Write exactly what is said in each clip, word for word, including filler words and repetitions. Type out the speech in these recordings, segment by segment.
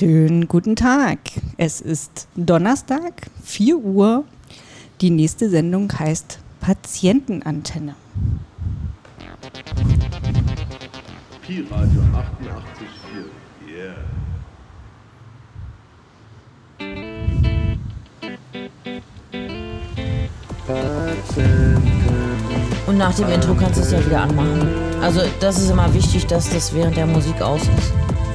Schönen guten Tag. Es ist Donnerstag, vier Uhr. Die nächste Sendung heißt Patientenantenne. Pi Radio achtundachtzig Komma vier. Yeah. Und nach dem Intro kannst du es ja wieder anmachen. Also das ist immer wichtig, dass das während der Musik aus ist.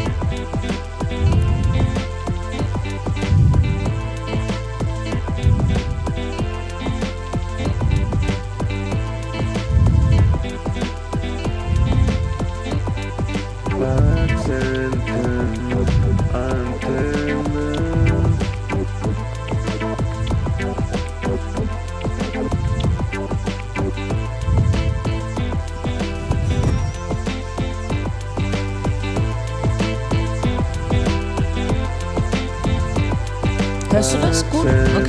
Hörst du das gut? Okay.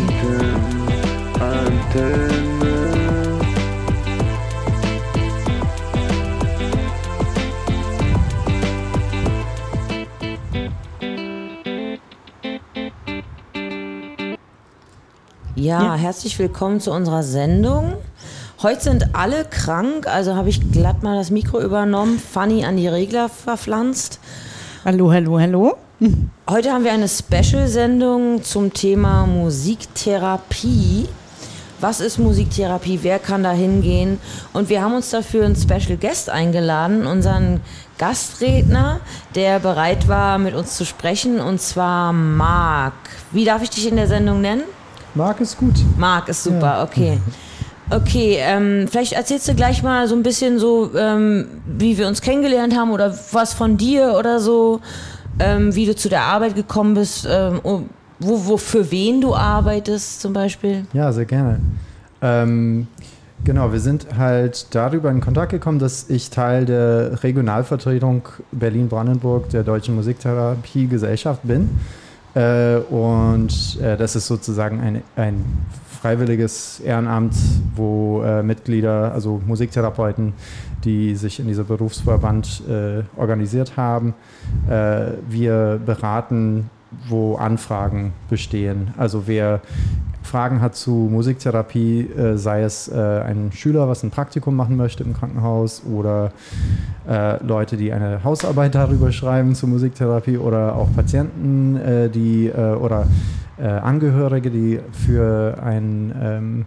Ja, ja, herzlich willkommen zu unserer Sendung. Heute sind alle krank, also habe ich glatt mal das Mikro übernommen, Fanny an die Regler verpflanzt. Hallo, hallo, hallo. Heute haben wir eine Special-Sendung zum Thema Musiktherapie. Was ist Musiktherapie? Wer kann da hingehen? Und wir haben uns dafür einen Special Guest eingeladen, unseren Gastredner, der bereit war, mit uns zu sprechen, und zwar Marc. Wie darf ich dich in der Sendung nennen? Marc ist gut. Marc ist super, ja. Okay. Okay, ähm, vielleicht erzählst du gleich mal so ein bisschen so, ähm, wie wir uns kennengelernt haben oder was von dir oder so. Ähm, wie du zu der Arbeit gekommen bist, ähm, wo, wo, für wen du arbeitest zum Beispiel. Ja, sehr gerne. Ähm, genau, wir sind halt darüber in Kontakt gekommen, dass ich Teil der Regionalvertretung Berlin-Brandenburg der Deutschen Musiktherapie-Gesellschaft bin. Äh, und äh, das ist sozusagen ein, ein freiwilliges Ehrenamt, wo äh, Mitglieder, also Musiktherapeuten, die sich in dieser Berufsverband äh, organisiert haben. Äh, wir beraten, wo Anfragen bestehen. Also wer Fragen hat zu Musiktherapie, äh, sei es äh, ein Schüler, was ein Praktikum machen möchte im Krankenhaus, oder äh, Leute, die eine Hausarbeit darüber schreiben zur Musiktherapie, oder auch Patienten, äh, die äh, oder äh, Angehörige, die für ein ähm,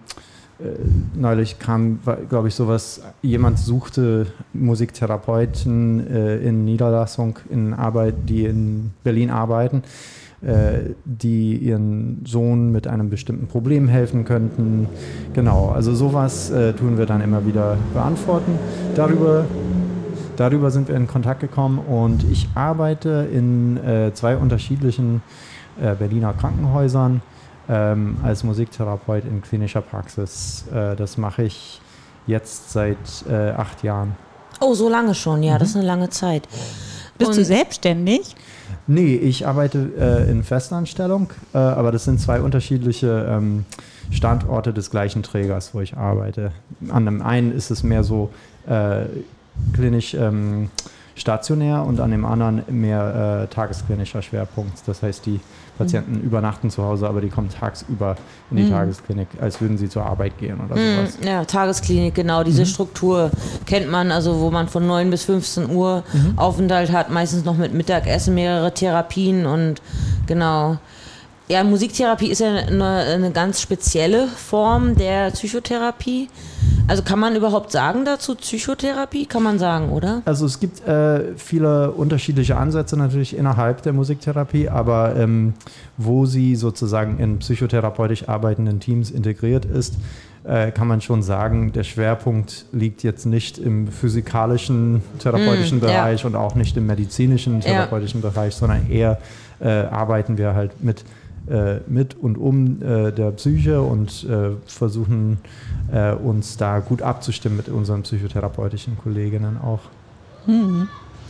neulich kam, glaube ich, sowas, jemand suchte Musiktherapeuten äh, in Niederlassung, in Arbeit, die in Berlin arbeiten, äh, die ihren Sohn mit einem bestimmten Problem helfen könnten. Genau, also sowas äh, tun wir dann immer wieder beantworten. Darüber, darüber sind wir in Kontakt gekommen, und ich arbeite in äh, zwei unterschiedlichen äh, Berliner Krankenhäusern Ähm, als Musiktherapeut in klinischer Praxis. Äh, das mache ich jetzt seit äh, acht Jahren. Oh, so lange schon, ja, mhm. Das ist eine lange Zeit. Bist Und du selbstständig? Nee, ich arbeite äh, in Festanstellung, äh, aber das sind zwei unterschiedliche ähm, Standorte des gleichen Trägers, wo ich arbeite. An dem einen ist es mehr so äh, klinisch ähm, stationär, und an dem anderen mehr äh, tagesklinischer Schwerpunkt. Das heißt, die Patienten mhm. übernachten zu Hause, aber die kommen tagsüber in die mhm. Tagesklinik, als würden sie zur Arbeit gehen oder mhm. sowas. Ja, Tagesklinik, genau. Diese mhm. Struktur kennt man, also wo man von neun bis fünfzehn Uhr mhm. Aufenthalt hat, meistens noch mit Mittagessen, mehrere Therapien, und genau. Ja, Musiktherapie ist ja eine, eine ganz spezielle Form der Psychotherapie. Also kann man überhaupt sagen dazu Psychotherapie? Kann man sagen, oder? Also es gibt äh, viele unterschiedliche Ansätze natürlich innerhalb der Musiktherapie, aber ähm, wo sie sozusagen in psychotherapeutisch arbeitenden Teams integriert ist, äh, kann man schon sagen, der Schwerpunkt liegt jetzt nicht im physikalischen therapeutischen mm, Bereich, ja. und auch nicht im medizinischen therapeutischen ja. Bereich, sondern eher äh, arbeiten wir halt mit mit und um äh, der Psyche und äh, versuchen äh, uns da gut abzustimmen mit unseren psychotherapeutischen Kolleginnen auch. Hm.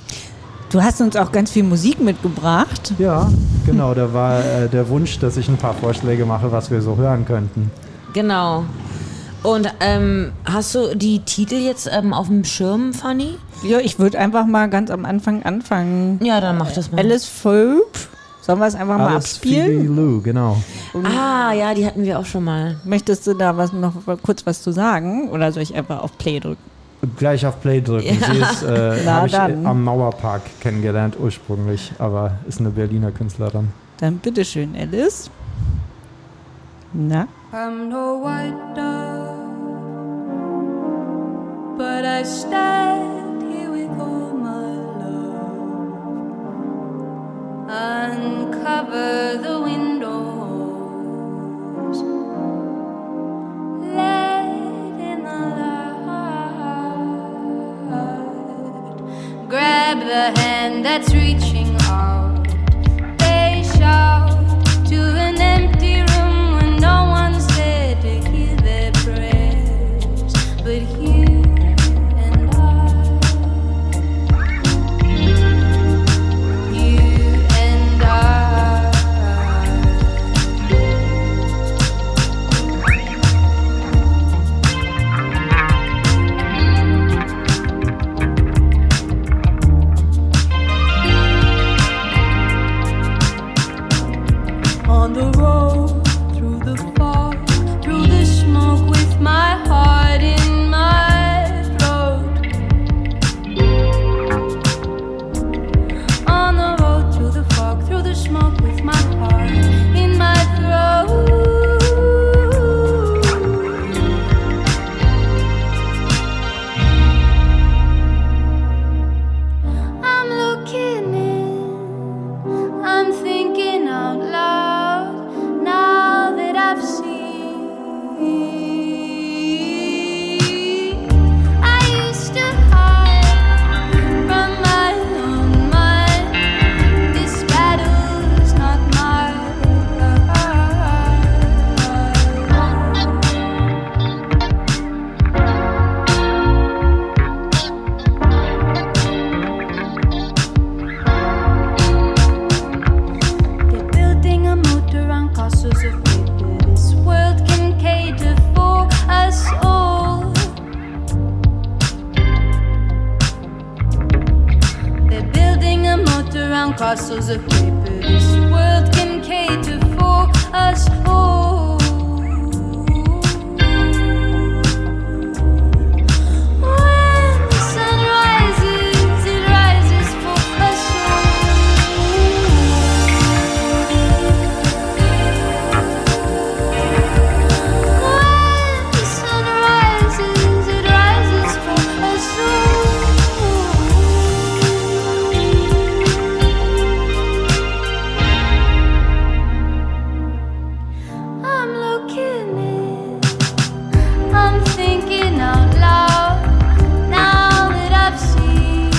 Du hast uns auch ganz viel Musik mitgebracht. Ja, genau, da war äh, der Wunsch, dass ich ein paar Vorschläge mache, was wir so hören könnten. Genau. Und ähm, hast du die Titel jetzt ähm, auf dem Schirm, Fanny? Ja, ich würde einfach mal ganz am Anfang anfangen. Ja, dann mach das mal. Alice Phoebe Sollen wir es einfach mal Alice abspielen? Phoebe Lou, genau. Ah, ja, die hatten wir auch schon mal. Möchtest du da was noch kurz was zu sagen oder soll ich einfach auf Play drücken? Gleich auf Play drücken. Ja. Sie ist, äh, Na habe ich dann. am Mauerpark kennengelernt ursprünglich, aber ist eine Berliner Künstlerin. Dann bitteschön, Alice. Na? I'm no white dove, but I stand here with all my love. Uncover the windows, let in the light. Grab the hand that's reaching out. They shout to an empty room when no one's there to hear their prayers, but you and I, you and I. On the road, through the fog, through the smoke, with my heart in my throat. On the road, through the fog, through the smoke, with my heart in my throat. I'm looking in, I'm thinking out loud, now that I've seen. I used to hide from my own mind. This battle's not mine. They're building a moat around castles of paper. This world can cater for us all. They're building a moat around castles of paper. This world can cater for us all. When the sun rises, it rises for us all. When the sun rises, it rises for us all. I'm looking in, I'm thinking out loud, now that I've seen.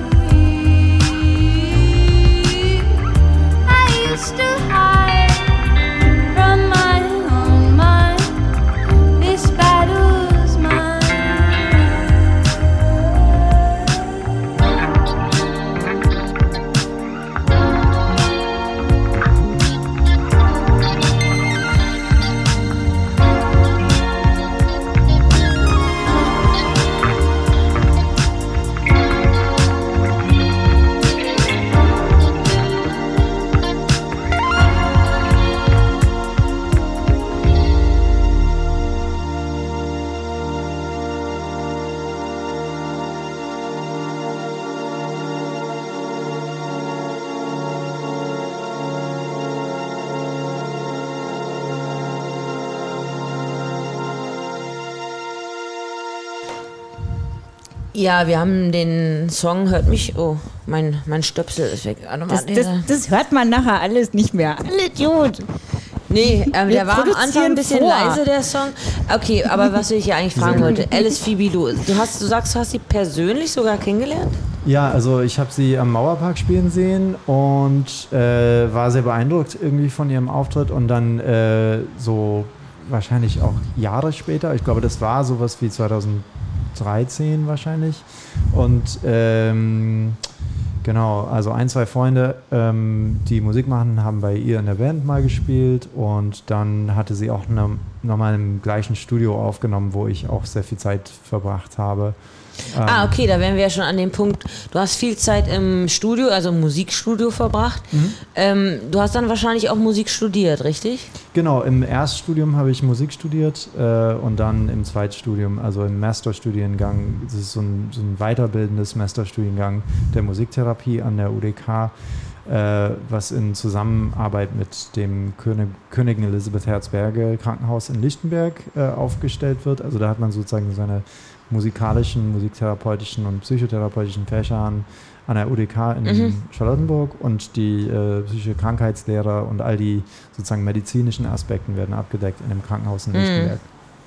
I used to hide from my own mind. This battle's mine. Ja, wir haben den Song, hört mich, oh, mein, mein Stöpsel ist weg. Warte mal, Das, das, dieser- das hört man nachher alles nicht mehr. Alles gut. Nee, ähm, Wir der war am Anfang produzieren ein bisschen vor. leise, der Song. Okay, aber was ich hier eigentlich fragen wollte, Alice Phoebe Lou, du, hast, du sagst, du hast sie persönlich sogar kennengelernt? Ja, also ich habe sie am Mauerpark spielen sehen und äh, war sehr beeindruckt irgendwie von ihrem Auftritt und dann äh, so wahrscheinlich auch Jahre später, ich glaube, das war sowas wie zweitausenddreizehn wahrscheinlich und ähm, genau, also ein, zwei Freunde, ähm, die Musik machen, haben bei ihr in der Band mal gespielt und dann hatte sie auch eine, nochmal im gleichen Studio aufgenommen, wo ich auch sehr viel Zeit verbracht habe. Ähm, ah, okay, da wären wir ja schon an dem Punkt, du hast viel Zeit im Studio, also im Musikstudio verbracht. Mhm. Ähm, du hast dann wahrscheinlich auch Musik studiert, richtig? Genau, im Erststudium habe ich Musik studiert äh, und dann im Zweitstudium, also im Masterstudiengang, das ist so ein, so ein weiterbildendes Masterstudiengang der Musiktherapie an der U D K, äh, was in Zusammenarbeit mit dem König, Königin Elisabeth Herzberger Krankenhaus in Lichtenberg äh, aufgestellt wird. Also da hat man sozusagen seine musikalischen, musiktherapeutischen und psychotherapeutischen Fächer an, an der U D K in mhm. Charlottenburg und die äh, psychische Krankheitslehre und all die sozusagen medizinischen Aspekten werden abgedeckt in dem Krankenhaus in Lichtenberg.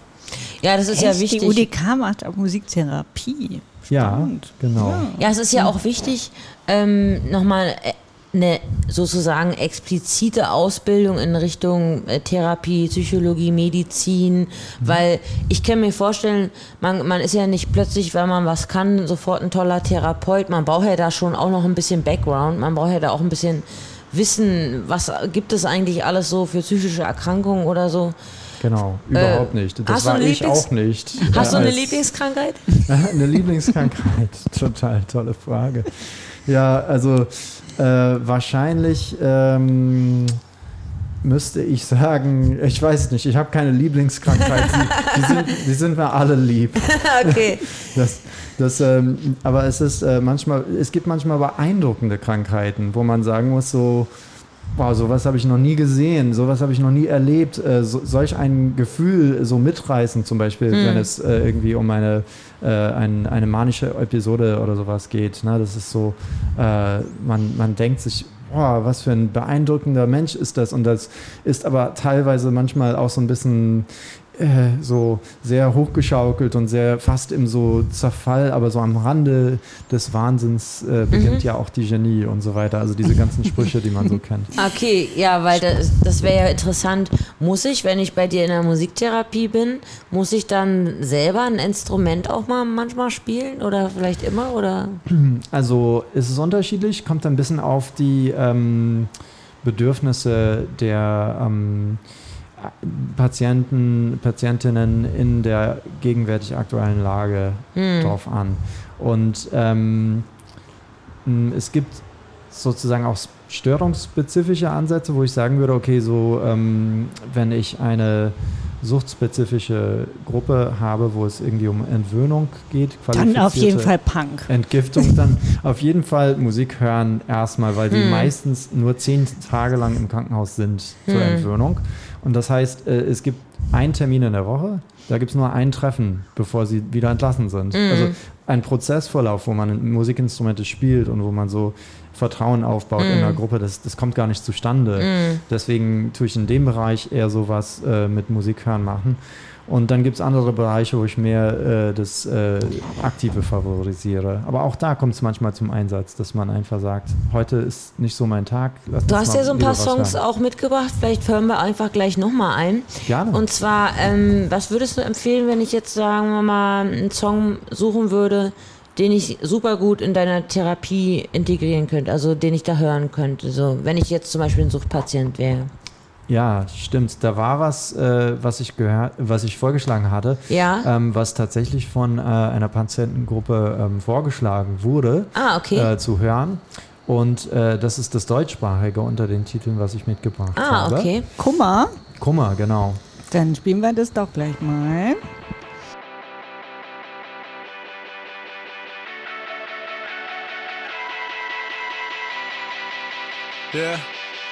Ja, das ist Echt? ja wichtig. Die U D K macht auch Musiktherapie. Spannend. Ja, genau. Ja. ja, es ist ja auch wichtig, ähm, nochmal eine sozusagen explizite Ausbildung in Richtung äh, Therapie, Psychologie, Medizin, mhm. weil ich kann mir vorstellen, man, man ist ja nicht plötzlich, weil man was kann, sofort ein toller Therapeut. Man braucht ja da schon auch noch ein bisschen Background, man braucht ja da auch ein bisschen Wissen, was gibt es eigentlich alles so für psychische Erkrankungen oder so. Genau, überhaupt äh, nicht. Das war ich auch nicht. Hast du eine Lieblingskrankheit? Eine Lieblingskrankheit, total tolle Frage. Ja, also äh, wahrscheinlich ähm, müsste ich sagen, ich weiß nicht, ich habe keine Lieblingskrankheit. die, die, sind, die sind mir alle lieb. Okay. Das, das, ähm, aber es ist äh, manchmal, es gibt manchmal beeindruckende Krankheiten, wo man sagen muss, so wow, sowas habe ich noch nie gesehen, sowas habe ich noch nie erlebt, äh, so, solch ein Gefühl so mitreißen zum Beispiel, hm. wenn es äh, irgendwie um eine, äh, ein, eine manische Episode oder sowas geht. Ne? Das ist so, äh, man, man denkt sich, boah, was für ein beeindruckender Mensch ist das, und das ist aber teilweise manchmal auch so ein bisschen äh, so sehr hochgeschaukelt und sehr fast im so Zerfall, aber so am Rande des Wahnsinns äh, beginnt mhm. ja auch die Genie und so weiter, also diese ganzen Sprüche, die man so kennt. Okay, ja, weil das, das wäre ja interessant. Muss ich, wenn ich bei dir in der Musiktherapie bin, muss ich dann selber ein Instrument auch mal manchmal spielen oder vielleicht immer, oder? Also es ist unterschiedlich, kommt ein bisschen auf die ähm, Bedürfnisse der ähm, Patienten, Patientinnen in der gegenwärtig aktuellen Lage hm. drauf an. Und ähm, es gibt sozusagen auch störungsspezifische Ansätze, wo ich sagen würde, okay, so ähm, wenn ich eine suchtspezifische Gruppe habe, wo es irgendwie um Entwöhnung geht, dann auf jeden Fall Punk. Entgiftung, dann auf jeden Fall Musik hören erstmal, weil die hm. meistens nur zehn Tage lang im Krankenhaus sind hm. zur Entwöhnung. Und das heißt, es gibt einen Termin in der Woche, da gibt es nur ein Treffen, bevor sie wieder entlassen sind. Mhm. Also ein Prozessverlauf, wo man Musikinstrumente spielt und wo man so Vertrauen aufbaut mhm. in der Gruppe, das, das kommt gar nicht zustande. Mhm. Deswegen tue ich in dem Bereich eher sowas äh, mit Musik hören machen. Und dann gibt es andere Bereiche, wo ich mehr äh, das äh, Aktive favorisiere. Aber auch da kommt es manchmal zum Einsatz, dass man einfach sagt, heute ist nicht so mein Tag. Lass du uns hast mal ja so ein paar Songs hören. auch mitgebracht, vielleicht hören wir einfach gleich nochmal ein. Gerne. Und zwar, ähm, was würdest du empfehlen, wenn ich jetzt, sagen wir mal, einen Song suchen würde, den ich super gut in deiner Therapie integrieren könnte, also den ich da hören könnte, so, wenn ich jetzt zum Beispiel ein Suchtpatient wäre? Ja, stimmt. Da war was, äh, was ich gehört, was ich vorgeschlagen hatte, ja. ähm, was tatsächlich von äh, einer Patientengruppe ähm, vorgeschlagen wurde, ah, okay. äh, zu hören. Und äh, das ist das Deutschsprachige unter den Titeln, was ich mitgebracht ah, habe. Ah, okay. Kummer. Kummer, genau. Dann spielen wir das doch gleich mal. Ja. Yeah.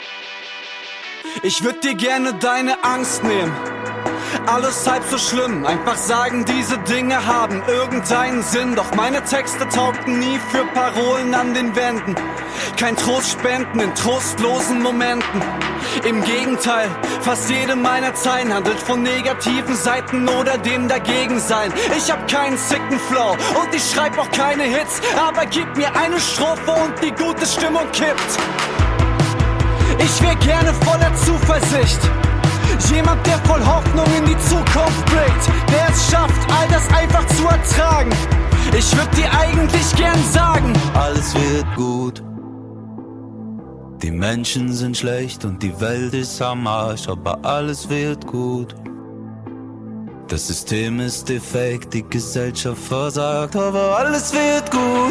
Ich würd dir gerne deine Angst nehmen. Alles halb so schlimm, einfach sagen, diese Dinge haben irgendeinen Sinn. Doch meine Texte taugten nie für Parolen an den Wänden. Kein Trost spenden in trostlosen Momenten. Im Gegenteil, fast jede meiner Zeilen handelt von negativen Seiten oder dem Dagegensein. Ich hab keinen sicken Flow und ich schreib auch keine Hits, aber gib mir eine Strophe und die gute Stimmung kippt. Ich wär gerne voller Zuversicht, jemand, der voll Hoffnung in die Zukunft blickt, der es schafft, all das einfach zu ertragen. Ich würd dir eigentlich gern sagen, alles wird gut. Die Menschen sind schlecht und die Welt ist am Arsch, aber alles wird gut. Das System ist defekt, die Gesellschaft versagt, aber alles wird gut.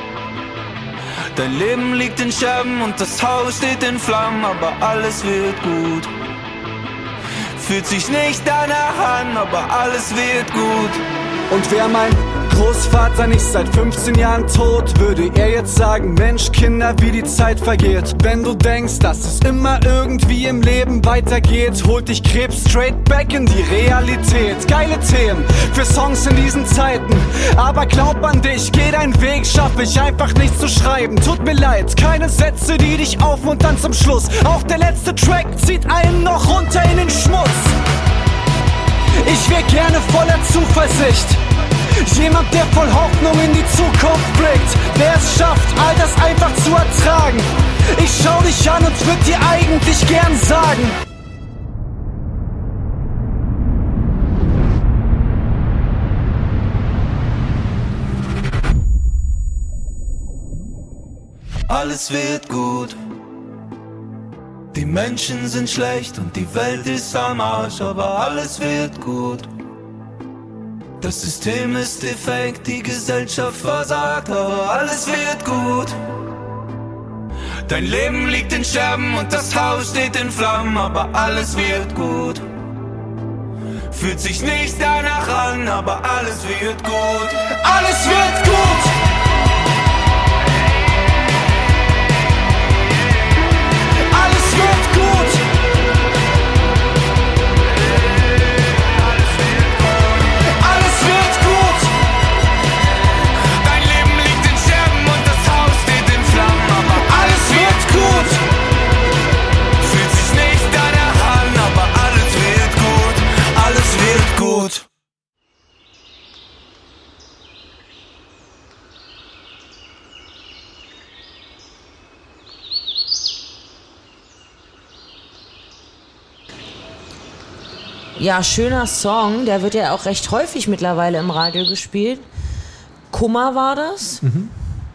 Dein Leben liegt in Scherben und das Haus steht in Flammen, aber alles wird gut. Fühlt sich nicht danach an, aber alles wird gut. Und wer mein Großvater nicht seit fünfzehn Jahren tot, würde er jetzt sagen, Mensch, Kinder, wie die Zeit vergeht. Wenn du denkst, dass es immer irgendwie im Leben weitergeht, holt dich Krebs straight back in die Realität. Geile Themen für Songs in diesen Zeiten, aber glaub an dich, geh deinen Weg, schaff ich einfach nicht zu schreiben. Tut mir leid, keine Sätze, die dich aufmuntern zum Schluss. Auch der letzte Track zieht einen noch runter in den Schmutz. Ich wär gerne voller Zuversicht, jemand, der voll Hoffnung in die Zukunft blickt, der es schafft, all das einfach zu ertragen. Ich schau dich an und würd dir eigentlich gern sagen: Alles wird gut. Die Menschen sind schlecht und die Welt ist am Arsch, aber alles wird gut. Das System ist defekt, die Gesellschaft versagt, aber alles wird gut. Dein Leben liegt in Scherben und das Haus steht in Flammen, aber alles wird gut. Fühlt sich nicht danach an, aber alles wird gut. Alles wird gut! Alles wird gut! Ja, schöner Song, der wird ja auch recht häufig mittlerweile im Radio gespielt. Kummer war das. Mhm.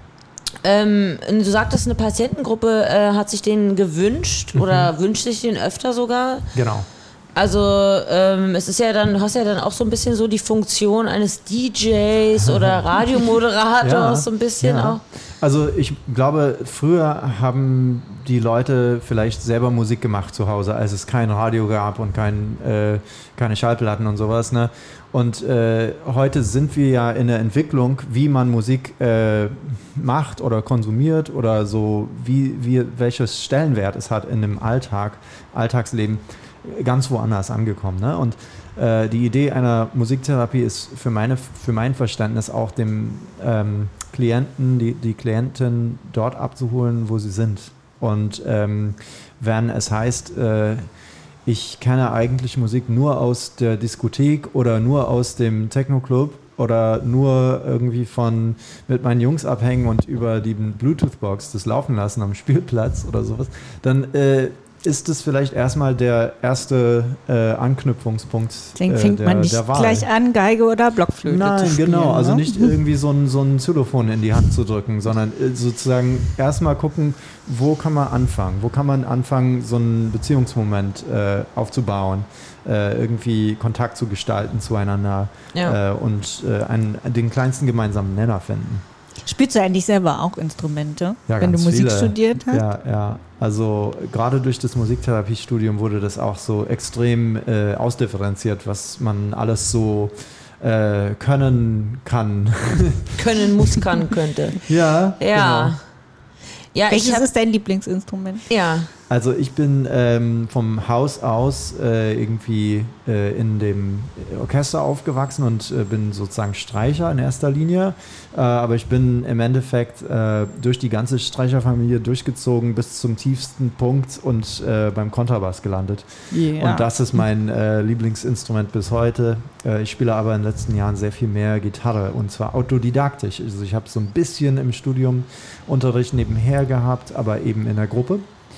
Ähm, du sagtest, eine Patientengruppe äh, hat sich den gewünscht, mhm, oder wünscht sich den öfter sogar. Genau. Also ähm, es ist ja dann, du hast ja dann auch so ein bisschen so die Funktion eines D Js oder Radiomoderators, ja, so ein bisschen ja. auch. Also ich glaube, früher haben die Leute vielleicht selber Musik gemacht zu Hause, als es kein Radio gab und kein, äh, keine Schallplatten und sowas, ne? Und äh, heute sind wir ja in der Entwicklung, wie man Musik äh, macht oder konsumiert oder so, wie, wie welches Stellenwert es hat in dem Alltag, Alltagsleben, ganz woanders angekommen, ne? Und äh, die Idee einer Musiktherapie ist für, meine, für mein Verständnis auch dem ähm, Klienten, die, die Klientin dort abzuholen, wo sie sind. Und ähm, wenn es heißt, äh, ich kenne eigentlich Musik nur aus der Diskothek oder nur aus dem Techno-Club oder nur irgendwie von mit meinen Jungs abhängen und über die Bluetooth-Box das laufen lassen am Spielplatz oder sowas, dann äh, ist es vielleicht erstmal der erste äh, Anknüpfungspunkt Deswegen äh, fängt der, man nicht der Wahl. Gleich an, Geige oder Blockflöte Nein, zu spielen. genau, also ne? nicht irgendwie so ein, so ein Xylophon in die Hand zu drücken, sondern äh, sozusagen erstmal gucken, wo kann man anfangen, wo kann man anfangen, so einen Beziehungsmoment äh, aufzubauen, äh, irgendwie Kontakt zu gestalten zueinander, ja, äh, und äh, einen, den kleinsten gemeinsamen Nenner finden. Spielst du eigentlich selber auch Instrumente, Ja, wenn du ganz Musik viele. studiert hast? Ja, ja. Also gerade durch das Musiktherapiestudium wurde das auch so extrem äh, ausdifferenziert, was man alles so äh, können kann. können, muss, kann, könnte. Ja, Ja. genau. Ja, Welches ich hab, ist dein Lieblingsinstrument? ja. Also ich bin ähm, vom Haus aus äh, irgendwie äh, in dem Orchester aufgewachsen und äh, bin sozusagen Streicher in erster Linie. Äh, aber ich bin im Endeffekt äh, durch die ganze Streicherfamilie durchgezogen bis zum tiefsten Punkt und äh, beim Kontrabass gelandet. Yeah. Und das ist mein äh, Lieblingsinstrument bis heute. Äh, ich spiele aber in den letzten Jahren sehr viel mehr Gitarre und zwar autodidaktisch. Also ich habe so ein bisschen im Studium Unterricht nebenher gehabt, aber eben in der Gruppe.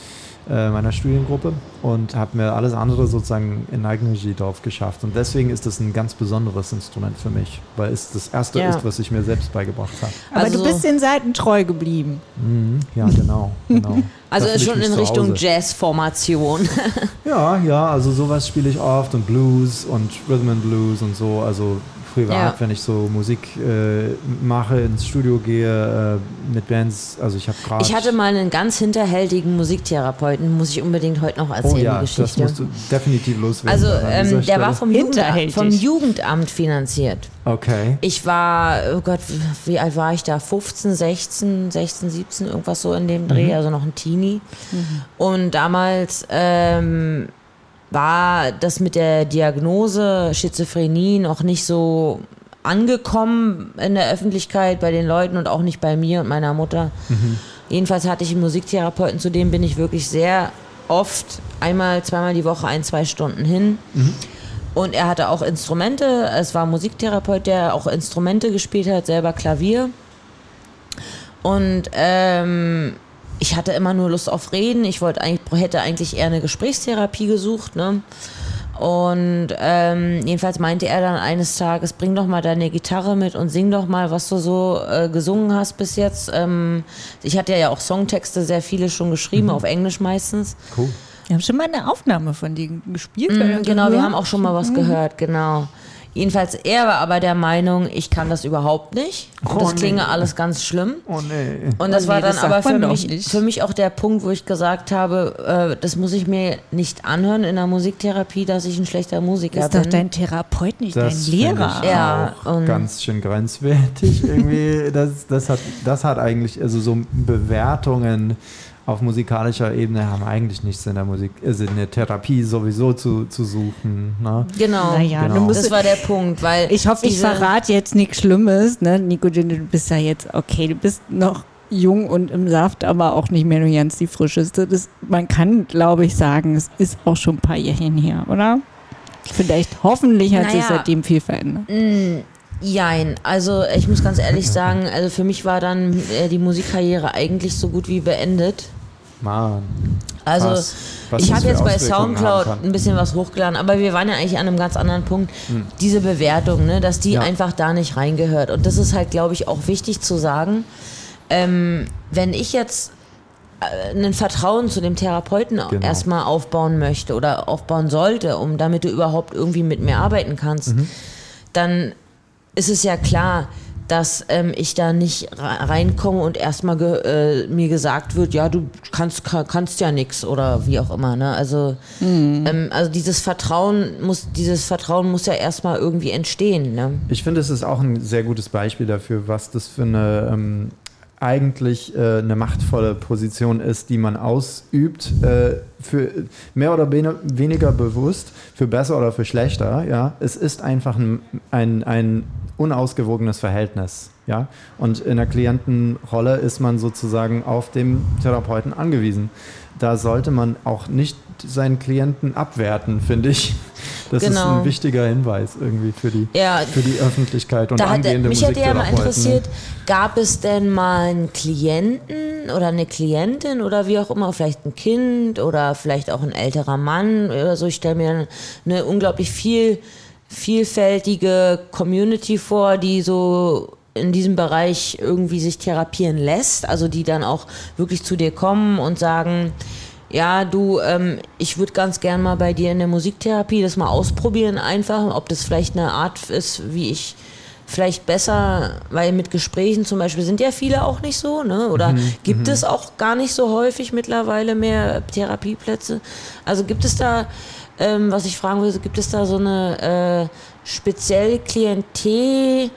äh, meiner Studiengruppe und habe mir alles andere sozusagen in Eigenregie drauf geschafft. Und deswegen ist das ein ganz besonderes Instrument für mich, weil es das erste Ja. ist, was ich mir selbst beigebracht habe. Aber Also- du bist den Seiten treu geblieben. Mhm, ja, genau. genau. Also Da fühl ist ich schon mich in zu Richtung Hause. Jazzformation. Ja, ja, also sowas spiele ich oft und Blues und Rhythm and Blues und so. Also privat, Ja. wenn ich so Musik äh, mache, ins Studio gehe äh, mit Bands. Also ich habe gerade. Ich hatte mal einen ganz hinterhältigen Musiktherapeuten, muss ich unbedingt heute noch erzählen, Oh ja, die das Geschichte. musst du definitiv loswerden. Also dann an ähm, dieser der Stelle. war vom Jugendamt, Hinterhältig. vom Jugendamt finanziert. Okay. Ich war, oh Gott, wie, wie alt war ich da? fünfzehn, sechzehn, sechzehn, siebzehn, irgendwas so in dem Dreh, also noch ein Teenie. Und damals ähm, war das mit der Diagnose Schizophrenie noch nicht so angekommen in der Öffentlichkeit bei den Leuten und auch nicht bei mir und meiner Mutter. Jedenfalls hatte ich einen Musiktherapeuten, zu dem bin ich wirklich sehr oft, einmal, zweimal die Woche, ein, zwei Stunden hin. Und er hatte auch Instrumente, es war ein Musiktherapeut, der auch Instrumente gespielt hat, selber Klavier. Und ähm, ich hatte immer nur Lust auf Reden, ich wollte eigentlich, hätte eigentlich eher eine Gesprächstherapie gesucht, ne? Und ähm, jedenfalls meinte er dann eines Tages, bring doch mal deine Gitarre mit und sing doch mal, was du so äh, gesungen hast bis jetzt. Ähm, ich hatte ja auch Songtexte, sehr viele schon geschrieben, auf Englisch meistens. Cool. Wir haben schon mal eine Aufnahme von dir gespielt. Mhm, oder genau, wir gehört? haben auch schon mal was gehört, genau. Jedenfalls, er war aber der Meinung, ich kann das überhaupt nicht. Oh, Das nee. klinge alles ganz schlimm. Oh nee. Und das Oh, war nee, dann das aber sagt für man doch mich, nicht. für mich auch der Punkt, wo ich gesagt habe, äh, das muss ich mir nicht anhören in der Musiktherapie, dass ich ein schlechter Musiker Ist bin. doch dein Therapeut, nicht Das dein finde Lehrer. ich Ja, auch und- ganz schön grenzwertig irgendwie. Das, das, hat, das hat eigentlich, also so Bewertungen auf musikalischer Ebene haben eigentlich nichts in der Musik, also in der Therapie sowieso zu, zu suchen. Ne? Genau. Naja, Genau. du musst, Das war der Punkt, weil ich hoffe, ich diese- verrate jetzt nichts Schlimmes. Ne? Nico, du bist ja jetzt, okay, du bist noch jung und im Saft, aber auch nicht mehr nur ganz die frischeste. Das, man kann, glaube ich, sagen, es ist auch schon ein paar Jährchen her, oder? Vielleicht, hoffentlich hat sich Naja. seitdem viel verändert. Mm, Jein, also ich muss ganz ehrlich sagen, also für mich war dann äh, die Musikkarriere eigentlich so gut wie beendet. Mann. Also Krass, was ich das habe für jetzt bei Auswirkungen haben Soundcloud kann. ein bisschen was hochgeladen, aber wir waren ja eigentlich an einem ganz anderen Punkt. Diese Bewertung, ne, dass die Ja. einfach da nicht reingehört. Und das ist halt, glaube ich, auch wichtig zu sagen. Ähm, wenn ich jetzt äh, ein Vertrauen zu dem Therapeuten Genau. erstmal aufbauen möchte oder aufbauen sollte, um damit du überhaupt irgendwie mit mir arbeiten kannst, Mhm. dann ist es ja klar, dass ähm, ich da nicht re- reinkomme und erstmal ge äh, mir gesagt wird, ja, du kannst, ka- kannst ja nix oder wie auch immer. Ne? Also, ähm, also dieses Vertrauen muss, dieses Vertrauen muss ja erstmal irgendwie entstehen. Ne? Ich finde, es ist auch ein sehr gutes Beispiel dafür, was das für eine ähm, eigentlich äh, eine machtvolle Position ist, die man ausübt, äh, für mehr oder bene- weniger bewusst, für besser oder für schlechter. Ja, es ist einfach ein, ein, ein unausgewogenes Verhältnis. Ja, und in der Klientenrolle ist man sozusagen auf den Therapeuten angewiesen. Da sollte man auch nicht seinen Klienten abwerten, finde ich. Das ist Genau. ein wichtiger Hinweis irgendwie für die, Ja, für die Öffentlichkeit und Da hat, angehende mich hätte ja mal Musiktherapeuten. interessiert, gab es denn mal einen Klienten oder eine Klientin oder wie auch immer, vielleicht ein Kind oder vielleicht auch ein älterer Mann oder so. Ich stelle mir eine, eine unglaublich viel, vielfältige Community vor, die so in diesem Bereich irgendwie sich therapieren lässt, also die dann auch wirklich zu dir kommen und sagen, ja, du, ähm, ich würde ganz gern mal bei dir in der Musiktherapie das mal ausprobieren einfach, ob das vielleicht eine Art ist, wie ich vielleicht besser, weil mit Gesprächen zum Beispiel sind ja viele auch nicht so, ne? Oder Mhm, gibt es auch gar nicht so häufig mittlerweile mehr Therapieplätze? Also gibt es da, ähm, was ich fragen will, gibt es da so eine äh, spezielle Klientel,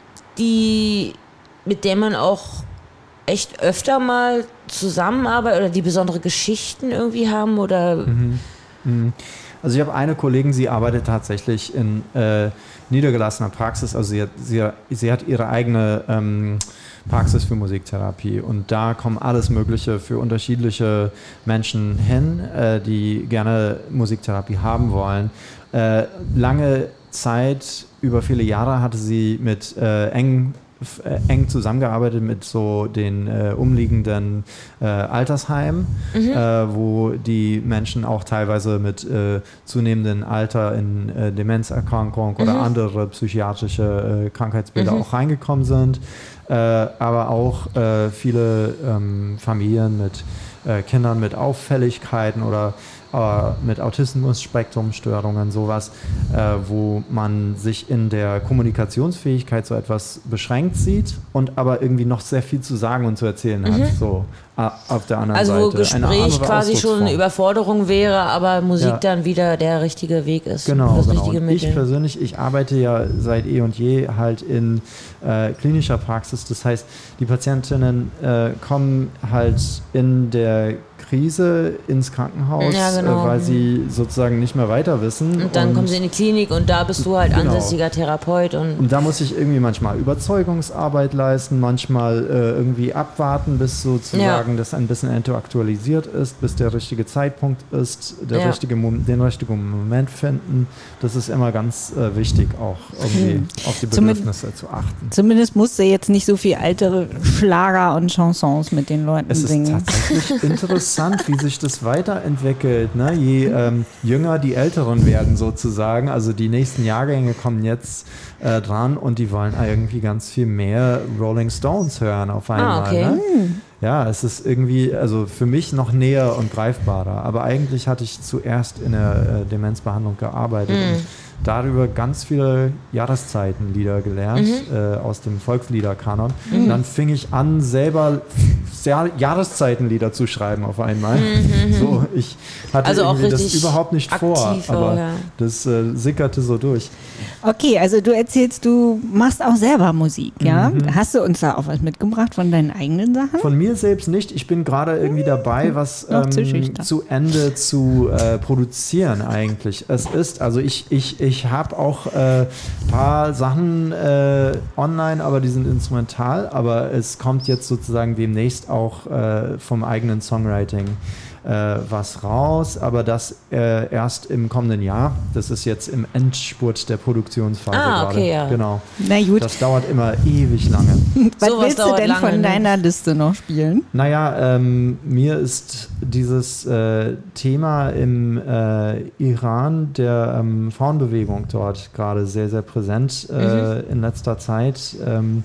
die, mit der man auch echt öfter mal zusammenarbeitet oder die besondere Geschichten irgendwie haben oder Also ich habe eine Kollegin, sie arbeitet tatsächlich in äh, niedergelassener Praxis, also sie hat, sie, sie hat ihre eigene ähm, Praxis für Musiktherapie und da kommen alles Mögliche für unterschiedliche Menschen hin, äh, die gerne Musiktherapie haben wollen. Äh, lange Zeit, über viele Jahre hatte sie mit äh, engen f- äh, eng zusammengearbeitet mit so den äh, umliegenden äh, Altersheimen, Mhm. äh, wo die Menschen auch teilweise mit äh, zunehmendem Alter in äh, Demenzerkrankung oder Mhm. andere psychiatrische äh, Krankheitsbilder Mhm. auch reingekommen sind, äh, aber auch äh, viele ähm, Familien mit äh, Kindern mit Auffälligkeiten oder äh, mit Autismus-Spektrumstörungen, sowas, äh, wo man sich in der Kommunikationsfähigkeit so etwas beschränkt sieht und aber irgendwie noch sehr viel zu sagen und zu erzählen hat. So äh, auf der anderen Also Seite. wo Eine Gespräch andere quasi schon eine Ausdrucksform. Überforderung wäre, aber Musik Ja. dann wieder der richtige Weg ist. Genau, das genau. richtige Und ich Mittel. persönlich, ich arbeite ja seit eh und je halt in äh, klinischer Praxis. Das heißt, die Patientinnen äh, kommen halt in der Krise ins Krankenhaus, Ja, genau. äh, weil sie sozusagen nicht mehr weiter wissen. Und dann kommen sie in die Klinik und da bist du halt Genau. ansässiger Therapeut und Und da muss ich irgendwie manchmal Überzeugungsarbeit leisten, manchmal äh, irgendwie abwarten, bis sozusagen Ja. das ein bisschen aktualisiert ist, bis der richtige Zeitpunkt ist, der Ja. richtige Mom- den richtigen Moment finden. Das ist immer ganz äh, wichtig, auch irgendwie Hm. auf die Zumin- Bedürfnisse zu achten. Zumindest musste jetzt nicht so viel ältere Schlager und Chansons mit den Leuten Es ist singen. tatsächlich interessant, wie sich das weiterentwickelt. Ne? Je ähm, jünger die Älteren werden sozusagen, also die nächsten Jahrgänge kommen jetzt äh, dran und die wollen irgendwie ganz viel mehr Rolling Stones hören auf einmal. Ah, okay. Ne? Ja, es ist irgendwie, also für mich noch näher und greifbarer. Aber eigentlich hatte ich zuerst in der äh, Demenzbehandlung gearbeitet Mhm. und darüber ganz viele Jahreszeitenlieder gelernt, äh, aus dem Volksliederkanon. Und dann fing ich an, selber Jahr- Jahreszeitenlieder zu schreiben auf einmal. So, ich hatte Also auch irgendwie das richtig überhaupt nicht vor, aktiv, aber ja. das äh, sickerte so durch. Okay, also du erzählst, du machst auch selber Musik, ja? Mhm. Hast du uns da auch was mitgebracht von deinen eigenen Sachen? Von mir selbst nicht. Ich bin gerade irgendwie dabei, was Noch zu ähm, schüchtern. zu Ende zu äh, produzieren eigentlich. Es ist, also ich, ich, ich habe auch ein äh, paar Sachen äh, online, aber die sind instrumental. Aber es kommt jetzt sozusagen demnächst auch äh, vom eigenen Songwriting äh, was raus, aber das äh, erst im kommenden Jahr. Das ist jetzt im Endspurt der Produktionsphase Ah, gerade. okay, ja. Genau. Na gut, Das dauert immer ewig lange. was sowas willst du dauert denn lange, von ne? deiner Liste noch spielen? Naja, ähm, mir ist dieses äh, Thema im äh, Iran der ähm, Frauenbewegung dort gerade sehr, sehr präsent äh, in letzter Zeit. Ähm,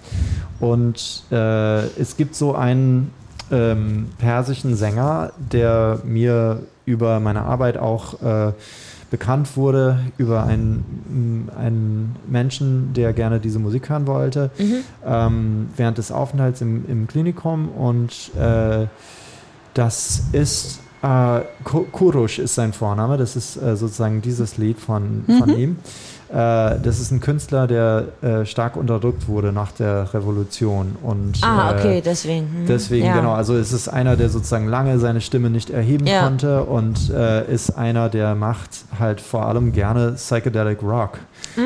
und äh, es gibt so einen ähm, persischen Sänger, der mir über meine Arbeit auch äh, bekannt wurde, über einen, einen Menschen, der gerne diese Musik hören wollte, ähm, während des Aufenthalts im, im Klinikum. Und äh, das ist äh, Ku- Kurush ist sein Vorname, das ist äh, sozusagen dieses Lied von, von ihm. Äh, das ist ein Künstler, der äh, stark unterdrückt wurde nach der Revolution. Und, Ah, okay, äh, deswegen. Hm. Deswegen, ja. genau, also es ist einer, der sozusagen lange seine Stimme nicht erheben Ja. konnte und äh, ist einer, der macht halt vor allem gerne Psychedelic Rock.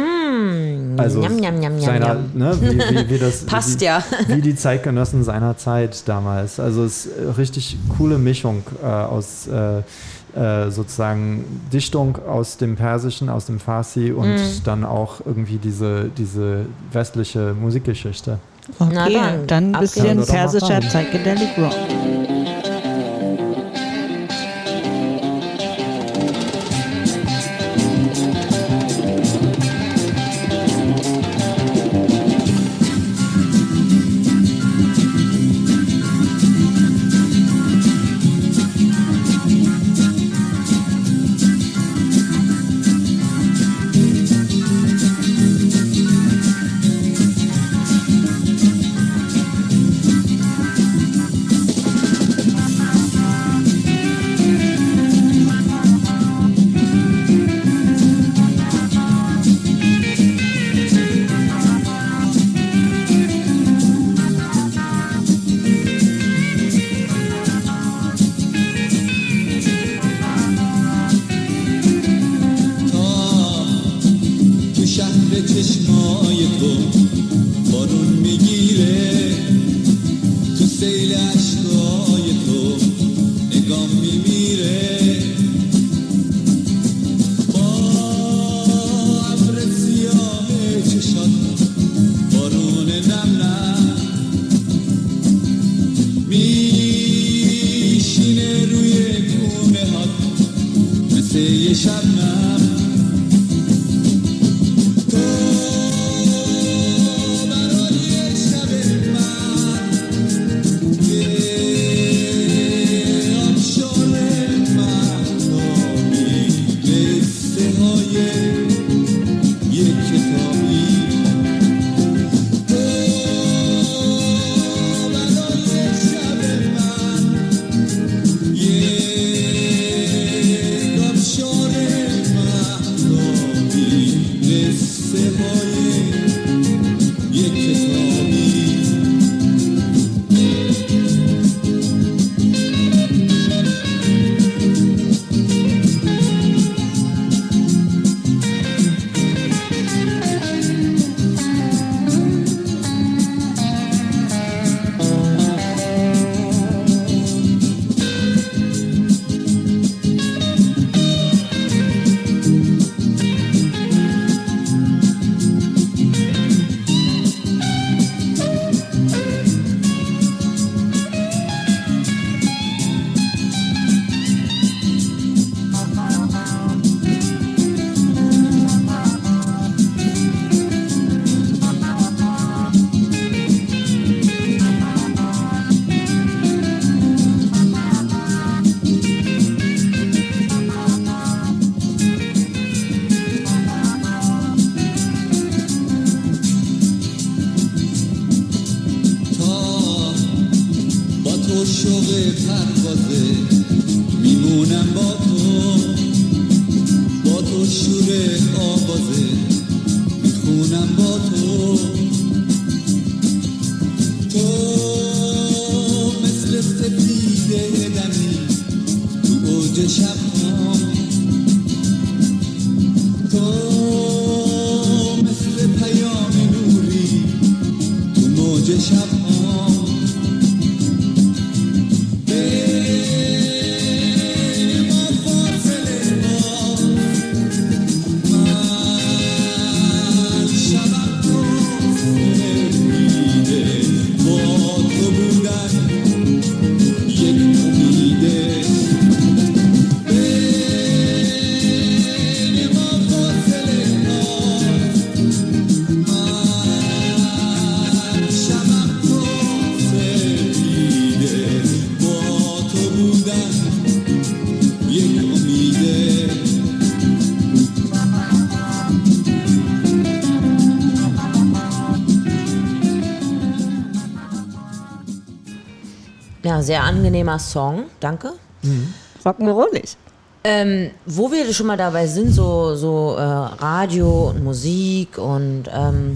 Mm, Also njam, njam, njam, njam, seiner, njam. ne, wie, wie, wie das, Passt wie, ja. wie die Zeitgenossen seiner Zeit damals. Also es ist eine richtig coole Mischung äh, aus äh, äh, sozusagen Dichtung aus dem Persischen, aus dem Farsi und Mm. dann auch irgendwie diese, diese westliche Musikgeschichte. Okay, Na dann, dann ein ab bisschen geht's. Ja, doch mal persischer rein. Psychedelic Rock. تو شهر چشمای تو بارون میگیره تو سیل عشقای تو نگام میمیره با ابر سیاه چشات بارون نم نم ای شبنم تو برای شب من یه آبشار مهتابی قصه های یک کتابی تو برای شب من یه آبشار مهتابی قصه های یک کتابی تا با تو شوق پروازه میمونم با تو با تو شور آوازه میخونم با تو تو مثل سپیده دمی تو اوج شبها تو مثل پیام نوری تو موج شبها Ja, sehr angenehmer Song, danke. Rock'n'rollig. Ähm, wo wir schon mal dabei sind, so, so äh, Radio und Musik und ähm,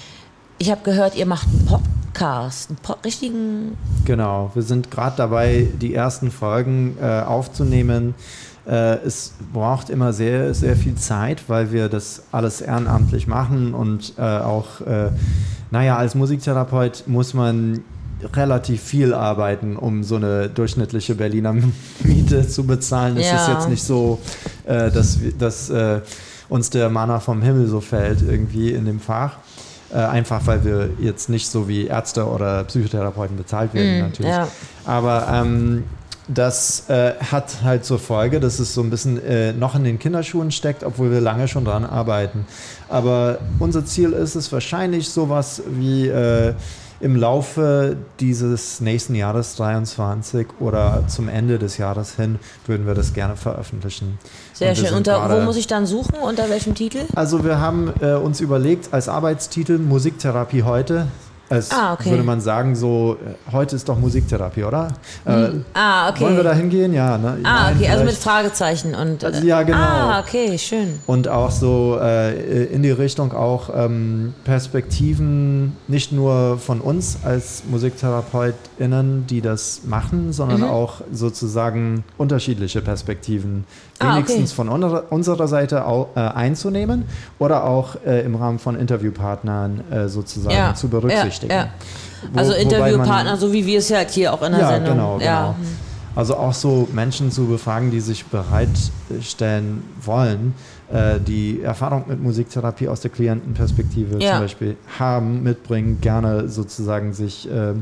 ich habe gehört, ihr macht einen Podcast, einen po- richtigen... Genau, wir sind gerade dabei, die ersten Folgen äh, aufzunehmen. Äh, es braucht immer sehr, sehr viel Zeit, weil wir das alles ehrenamtlich machen und äh, auch, äh, naja, als Musiktherapeut muss man relativ viel arbeiten, um so eine durchschnittliche Berliner Miete zu bezahlen. Es Ja. ist jetzt nicht so, äh, dass, wir- dass äh, uns der Manna vom Himmel so fällt irgendwie in dem Fach. Äh, einfach weil wir jetzt nicht so wie Ärzte oder Psychotherapeuten bezahlt werden, Mm, natürlich. ja. Aber ähm, das äh, hat halt zur Folge, dass es so ein bisschen äh, noch in den Kinderschuhen steckt, obwohl wir lange schon dran arbeiten. Aber unser Ziel ist es wahrscheinlich sowas wie äh, im Laufe dieses nächsten Jahres dreiundzwanzig oder zum Ende des Jahres hin würden wir das gerne veröffentlichen. Sehr Und wir schön. sind Unter, wo gerade- muss ich dann suchen? Unter welchem Titel? Also wir haben äh, uns überlegt, als Arbeitstitel Musiktherapie heute, als Ah, okay. würde man sagen, so, äh, heute ist doch Musiktherapie, oder? Äh, Ah, okay. Wollen wir da hingehen? Ja, ne? Ah, Nein, okay, also mit vielleicht- Fragezeichen und. Also, ja, genau. Ah, okay, schön. Und auch so äh, in die Richtung auch ähm, Perspektiven, nicht nur von uns als MusiktherapeutInnen, die das machen, sondern Mhm. auch sozusagen unterschiedliche Perspektiven Ah, wenigstens okay. von unserer, unserer Seite au, äh, einzunehmen oder auch äh, im Rahmen von Interviewpartnern äh, sozusagen Ja, zu berücksichtigen. ja, ja. Wo- Also wobei Interviewpartner, man- so wie wir es ja halt hier auch in der ja, Sendung. genau, genau. Ja. Also auch so Menschen zu befragen, die sich bereitstellen wollen, äh, die Erfahrung mit Musiktherapie aus der Klientenperspektive Ja. zum Beispiel haben, mitbringen, gerne sozusagen sich ähm,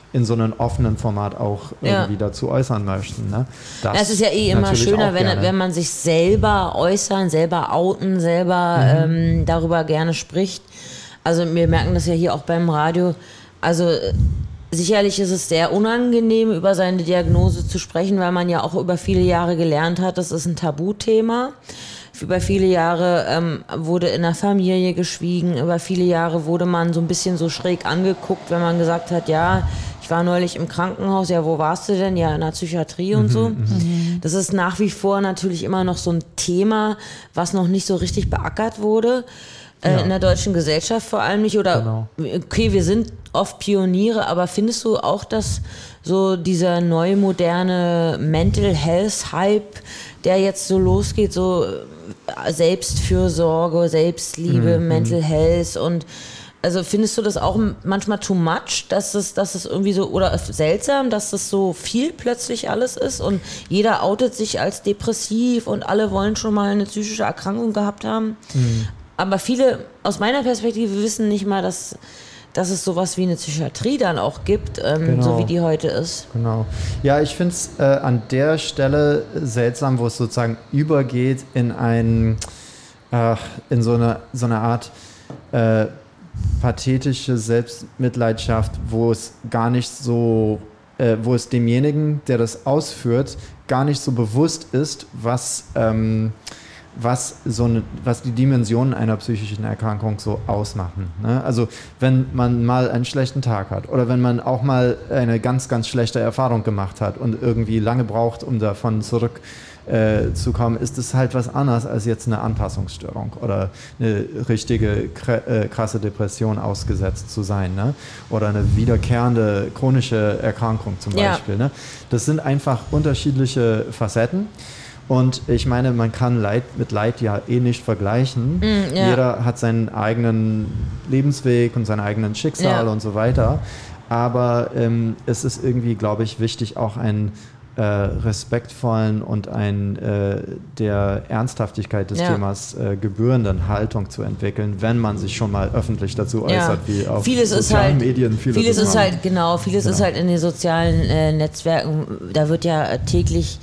in so einem offenen Format auch irgendwie Ja. dazu äußern möchten. Ne? Das Es ist ja eh immer natürlich schöner, auch wenn, gerne. wenn man sich selber äußern, selber outen, selber Mhm. ähm, darüber gerne spricht. Also wir merken das ja hier auch beim Radio. Also äh, sicherlich ist es sehr unangenehm, über seine Diagnose zu sprechen, weil man ja auch über viele Jahre gelernt hat, das ist ein Tabuthema. Über viele Jahre ähm, wurde in der Familie geschwiegen, über viele Jahre wurde man so ein bisschen so schräg angeguckt, wenn man gesagt hat, ja, ich war neulich im Krankenhaus, ja, wo warst du denn? Ja, in der Psychiatrie und so. Das ist nach wie vor natürlich immer noch so ein Thema, was noch nicht so richtig beackert wurde. Äh, Ja. in der deutschen Gesellschaft vor allem nicht. Oder, okay, wir sind oft Pioniere, aber findest du auch, dass so dieser neu moderne Mental Health Hype, der jetzt so losgeht, so äh, Selbstfürsorge, Selbstliebe, Mhm. Mental Health und also findest du das auch manchmal too much, dass es, dass es irgendwie so, oder seltsam, dass das so viel plötzlich alles ist und jeder outet sich als depressiv und alle wollen schon mal eine psychische Erkrankung gehabt haben. Mhm. Aber viele, aus meiner Perspektive, wissen nicht mal, dass, dass es sowas wie eine Psychiatrie dann auch gibt, ähm, Genau. so wie die heute ist. Genau. Ja, ich finde es äh, an der Stelle seltsam, wo es sozusagen übergeht in ein, äh, in so eine, so eine Art äh, pathetische Selbstmitleidschaft, wo es gar nicht so, äh, wo es demjenigen, der das ausführt, gar nicht so bewusst ist, was, ähm, was, so eine, was die Dimensionen einer psychischen Erkrankung so ausmachen. Ne? Also wenn man mal einen schlechten Tag hat oder wenn man auch mal eine ganz, ganz schlechte Erfahrung gemacht hat und irgendwie lange braucht, um davon zurück äh, zu kommen, ist es halt was anderes als jetzt eine Anpassungsstörung oder eine richtige kr- äh, krasse Depression ausgesetzt zu sein, ne? Oder eine wiederkehrende chronische Erkrankung zum Ja. Beispiel. Ne? Das sind einfach unterschiedliche Facetten. Und ich meine, man kann Leid mit Leid ja eh nicht vergleichen. Mm, ja. Jeder hat seinen eigenen Lebensweg und sein eigenes Schicksal Ja. und so weiter. Aber ähm, es ist irgendwie, glaube ich, wichtig, auch einen äh, respektvollen und ein äh, der Ernsthaftigkeit des Ja. Themas äh, gebührenden Haltung zu entwickeln, wenn man sich schon mal öffentlich dazu äußert, wie auf vieles ist sozialen halt, Medien. Viele vieles das ist machen. halt, genau, vieles Genau. ist halt in den sozialen äh, Netzwerken, da wird ja äh, täglich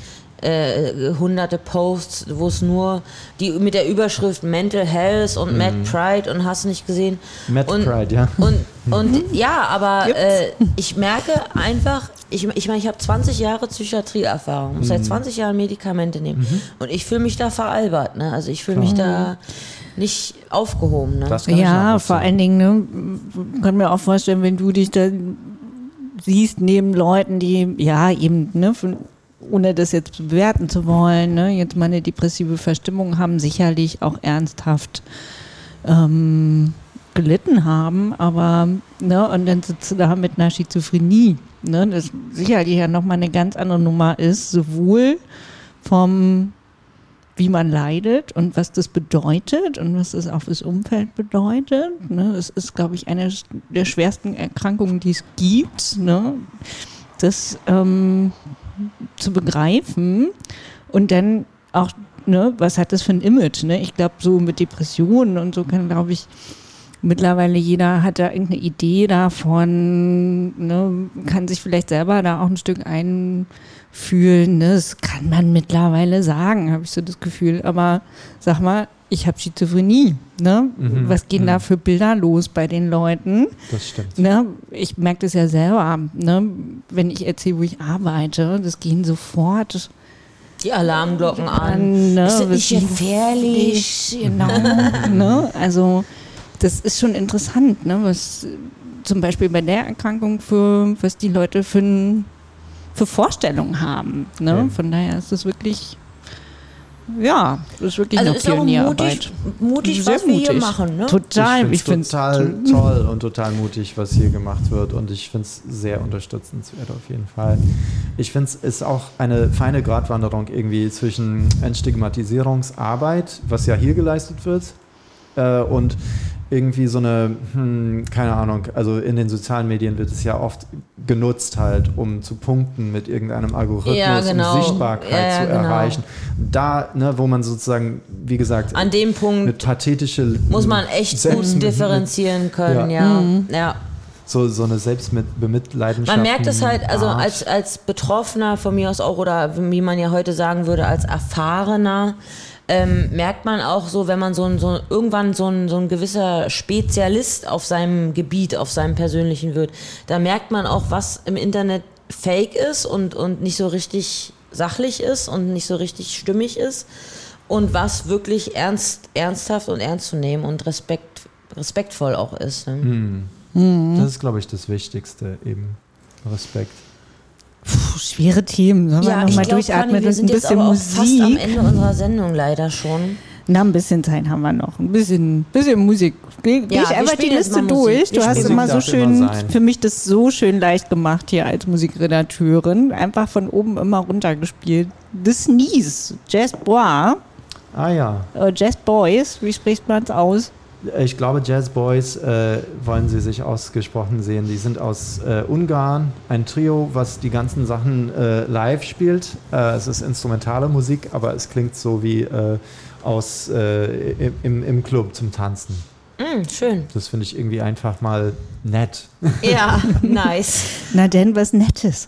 äh, hunderte Posts, wo es nur die mit der Überschrift Mental Health und Mad Pride und hast nicht gesehen. Mad und, Pride, ja. Und, und ja, aber äh, ich merke einfach, ich meine, ich, mein, ich habe zwanzig Jahre Psychiatrieerfahrung, muss seit zwanzig Jahren Medikamente nehmen und ich fühle mich da veralbert, ne? Also ich fühle mich da nicht aufgehoben. Ne? Das kann ich Ja, nachvollziehen. vor allen Dingen, ne, kann mir auch vorstellen, wenn du dich da siehst neben Leuten, die, ja, eben, ne, von, ohne das jetzt bewerten zu wollen, ne, jetzt mal eine depressive Verstimmung haben, sicherlich auch ernsthaft ähm, gelitten haben, aber, ne, und dann sitzt du da mit einer Schizophrenie, ne, das sicherlich ja nochmal eine ganz andere Nummer ist, sowohl vom wie man leidet und was das bedeutet und was das auch fürs Umfeld bedeutet. Ne? Es ist, glaube ich, eine der schwersten Erkrankungen, die es gibt, ne? Das ähm, zu begreifen und dann auch, ne, was hat das für ein Image? Ne? Ich glaube, so mit Depressionen und so kann, glaube ich, mittlerweile jeder hat da irgendeine Idee davon, ne, kann sich vielleicht selber da auch ein Stück einfühlen. Ne? Das kann man mittlerweile sagen, habe ich so das Gefühl. Aber sag mal, ich habe Schizophrenie. Ne? Mhm. Was gehen Mhm. da für Bilder los bei den Leuten? Das stimmt. Ne? Ich merke das ja selber. Ne? Wenn ich erzähle, wo ich arbeite, das gehen sofort Die Alarmglocken an. an. Ne? Ist das Was nicht die- gefährlich? Genau. Ne? Also das ist schon interessant, ne? Was zum Beispiel bei der Erkrankung für, was die Leute für, n- für Vorstellungen haben. Ne? Ja. Von daher ist das wirklich, ja, das ist wirklich Also eine ist auch Pionierarbeit. mutig, mutig was wir hier machen. Ne? Total, Ich finde es total toll und total mutig, was hier gemacht wird, und ich finde es sehr unterstützenswert auf jeden Fall. Ich finde es ist auch eine feine Gratwanderung irgendwie zwischen Entstigmatisierungsarbeit, was ja hier geleistet wird, äh, und irgendwie so eine, hm, keine Ahnung, also in den sozialen Medien wird es ja oft genutzt halt, um zu punkten mit irgendeinem Algorithmus, Ja, genau. um Sichtbarkeit Ja, ja, zu genau. erreichen. Da, ne, wo man sozusagen, wie gesagt, An dem Punkt mit pathetische muss man echt Selbst- gut differenzieren können, Ja. ja. ja. so, so eine Selbstbemitleidenschaft. Man merkt es halt, also Arsch. als, als Betroffener von mir aus auch, oder wie man ja heute sagen würde, als Erfahrener, ähm, merkt man auch so, wenn man so ein, so irgendwann so ein, so ein gewisser Spezialist auf seinem Gebiet, auf seinem persönlichen wird, da merkt man auch, was im Internet fake ist und, und nicht so richtig sachlich ist und nicht so richtig stimmig ist und was wirklich ernst, ernsthaft und ernst zu nehmen und Respekt, respektvoll auch ist. Ne? Mhm. Mhm. Das ist, glaube ich, das Wichtigste eben. Respekt. Puh, schwere Themen. Sollen ja, wir nochmal durchatmen wir und sind ein bisschen jetzt aber auch Musik? fast am Ende unserer Sendung leider schon. Na, ein bisschen Zeit haben wir noch. Ein bisschen, bisschen Musik. Geh, Ja, geh ich wir einfach die spielen jetzt Liste mal Musik. durch. Du Wir hast spielen immer so Musik darf schön, immer sein. für mich das so schön leicht gemacht hier als Musikredakteurin. Einfach von oben immer runter gespielt. The Sneeze, Jazz Bois, Ah ja. äh, Jazz Boys, wie spricht man es aus? Ich glaube, Jazz Boys äh, wollen sie sich ausgesprochen sehen. Die sind aus äh, Ungarn, ein Trio, was die ganzen Sachen äh, live spielt. Äh, es ist instrumentale Musik, aber es klingt so wie äh, aus äh, im, im Club zum Tanzen. Mm, schön. Das finde ich irgendwie einfach mal nett. Ja, nice. Na denn, was Nettes.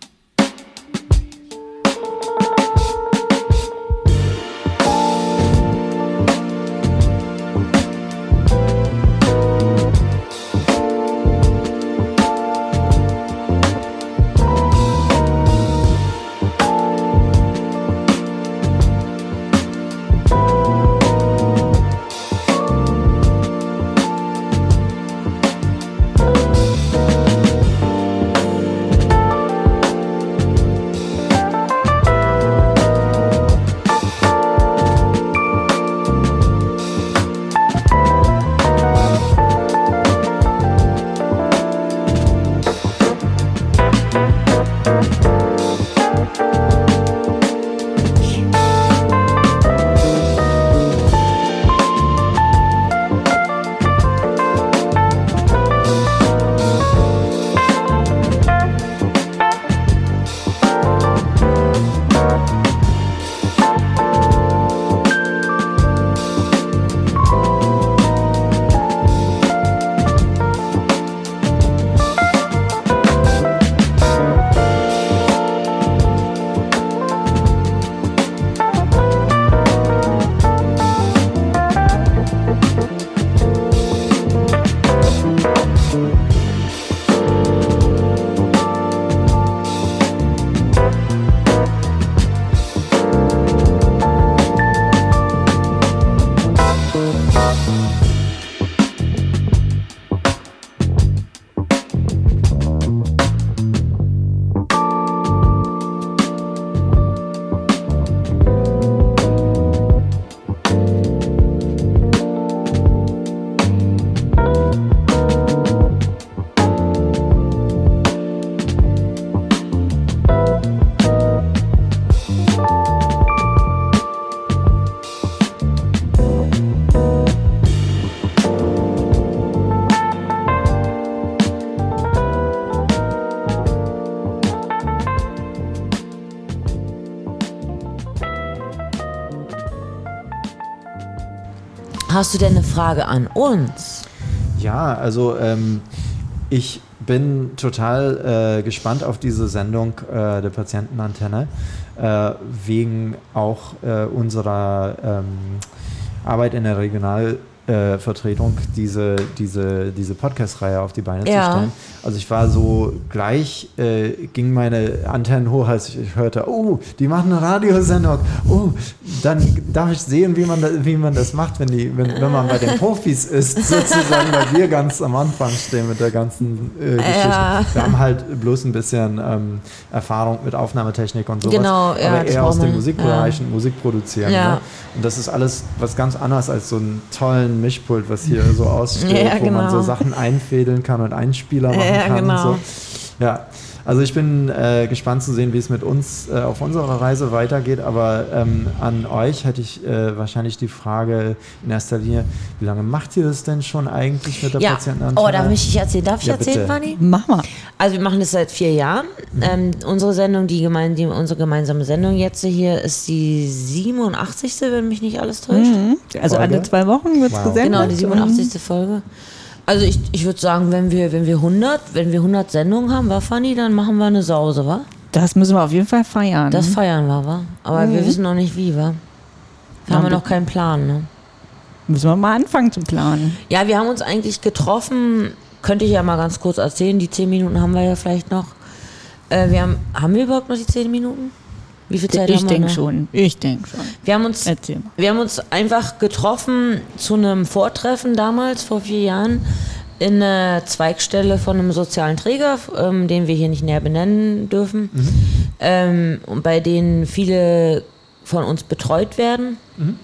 Hast du denn eine Frage an uns? Ja, also ähm, ich bin total äh, gespannt auf diese Sendung äh, der Patientenantenne, äh, wegen auch äh, unserer ähm, Arbeit in der Regionalvertretung, diese, diese, diese Podcast-Reihe auf die Beine Ja. zu stellen. Also ich war so gleich, äh, ging meine Antennen hoch, als ich hörte, oh, die machen eine Radiosendung. Oh, dann darf ich sehen, wie man, da, wie man das macht, wenn, die, wenn, wenn man bei den Profis ist, sozusagen, weil wir ganz am Anfang stehen mit der ganzen äh, Geschichte. Ja. Wir haben halt bloß ein bisschen ähm, Erfahrung mit Aufnahmetechnik und sowas, Genau, ja, aber das eher braucht aus dem man, Musikbereich und Musik produzieren. Ja. Ne? Und das ist alles was ganz anderes als so einen tollen Mischpult, was hier so aussteht, Ja, wo man genau. so Sachen einfädeln kann und Einspieler machen Ja, kann. genau. Und so. Ja, also ich bin äh, gespannt zu sehen, wie es mit uns äh, auf unserer Reise weitergeht, aber ähm, an euch hätte ich äh, wahrscheinlich die Frage in erster Linie, wie lange macht ihr das denn schon eigentlich mit der Ja, Patientenantenne? oh, da möchte ich erzählen. Darf ich Ja, erzählen, bitte. Fanny? Mach mal. Also wir machen das seit vier Jahren. Ähm, unsere Sendung, die, gemein, die unsere gemeinsame Sendung jetzt hier, ist die siebenundachtzigste, wenn mich nicht alles täuscht. Mhm. Also Folge? alle zwei Wochen wird es Wow. gesendet. Genau, die siebenundachtzigste Folge. Also ich, ich würde sagen, wenn wir, wenn wir hundert, wenn wir hundert Sendungen haben, wa Fanny, dann machen wir eine Sause, wa? Das müssen wir auf jeden Fall feiern. Das feiern wir, wa? Aber Mhm. wir wissen noch nicht wie, wa? Da haben wir noch keinen Plan, ne? Müssen wir mal anfangen zu planen. Ja, wir haben uns eigentlich getroffen, könnte ich ja mal ganz kurz erzählen, die zehn Minuten haben wir ja vielleicht noch. Äh, wir haben, haben wir überhaupt noch die zehn Minuten? Wie viel Zeit Ich haben wir denke noch? schon. Ich denke schon. Wir haben uns, Erzähl mal. wir haben uns einfach getroffen zu einem Vortreffen damals, vor vier Jahren, in einer Zweigstelle von einem sozialen Träger, ähm, den wir hier nicht näher benennen dürfen, Mhm. ähm, und bei denen viele von uns betreut werden. Mhm.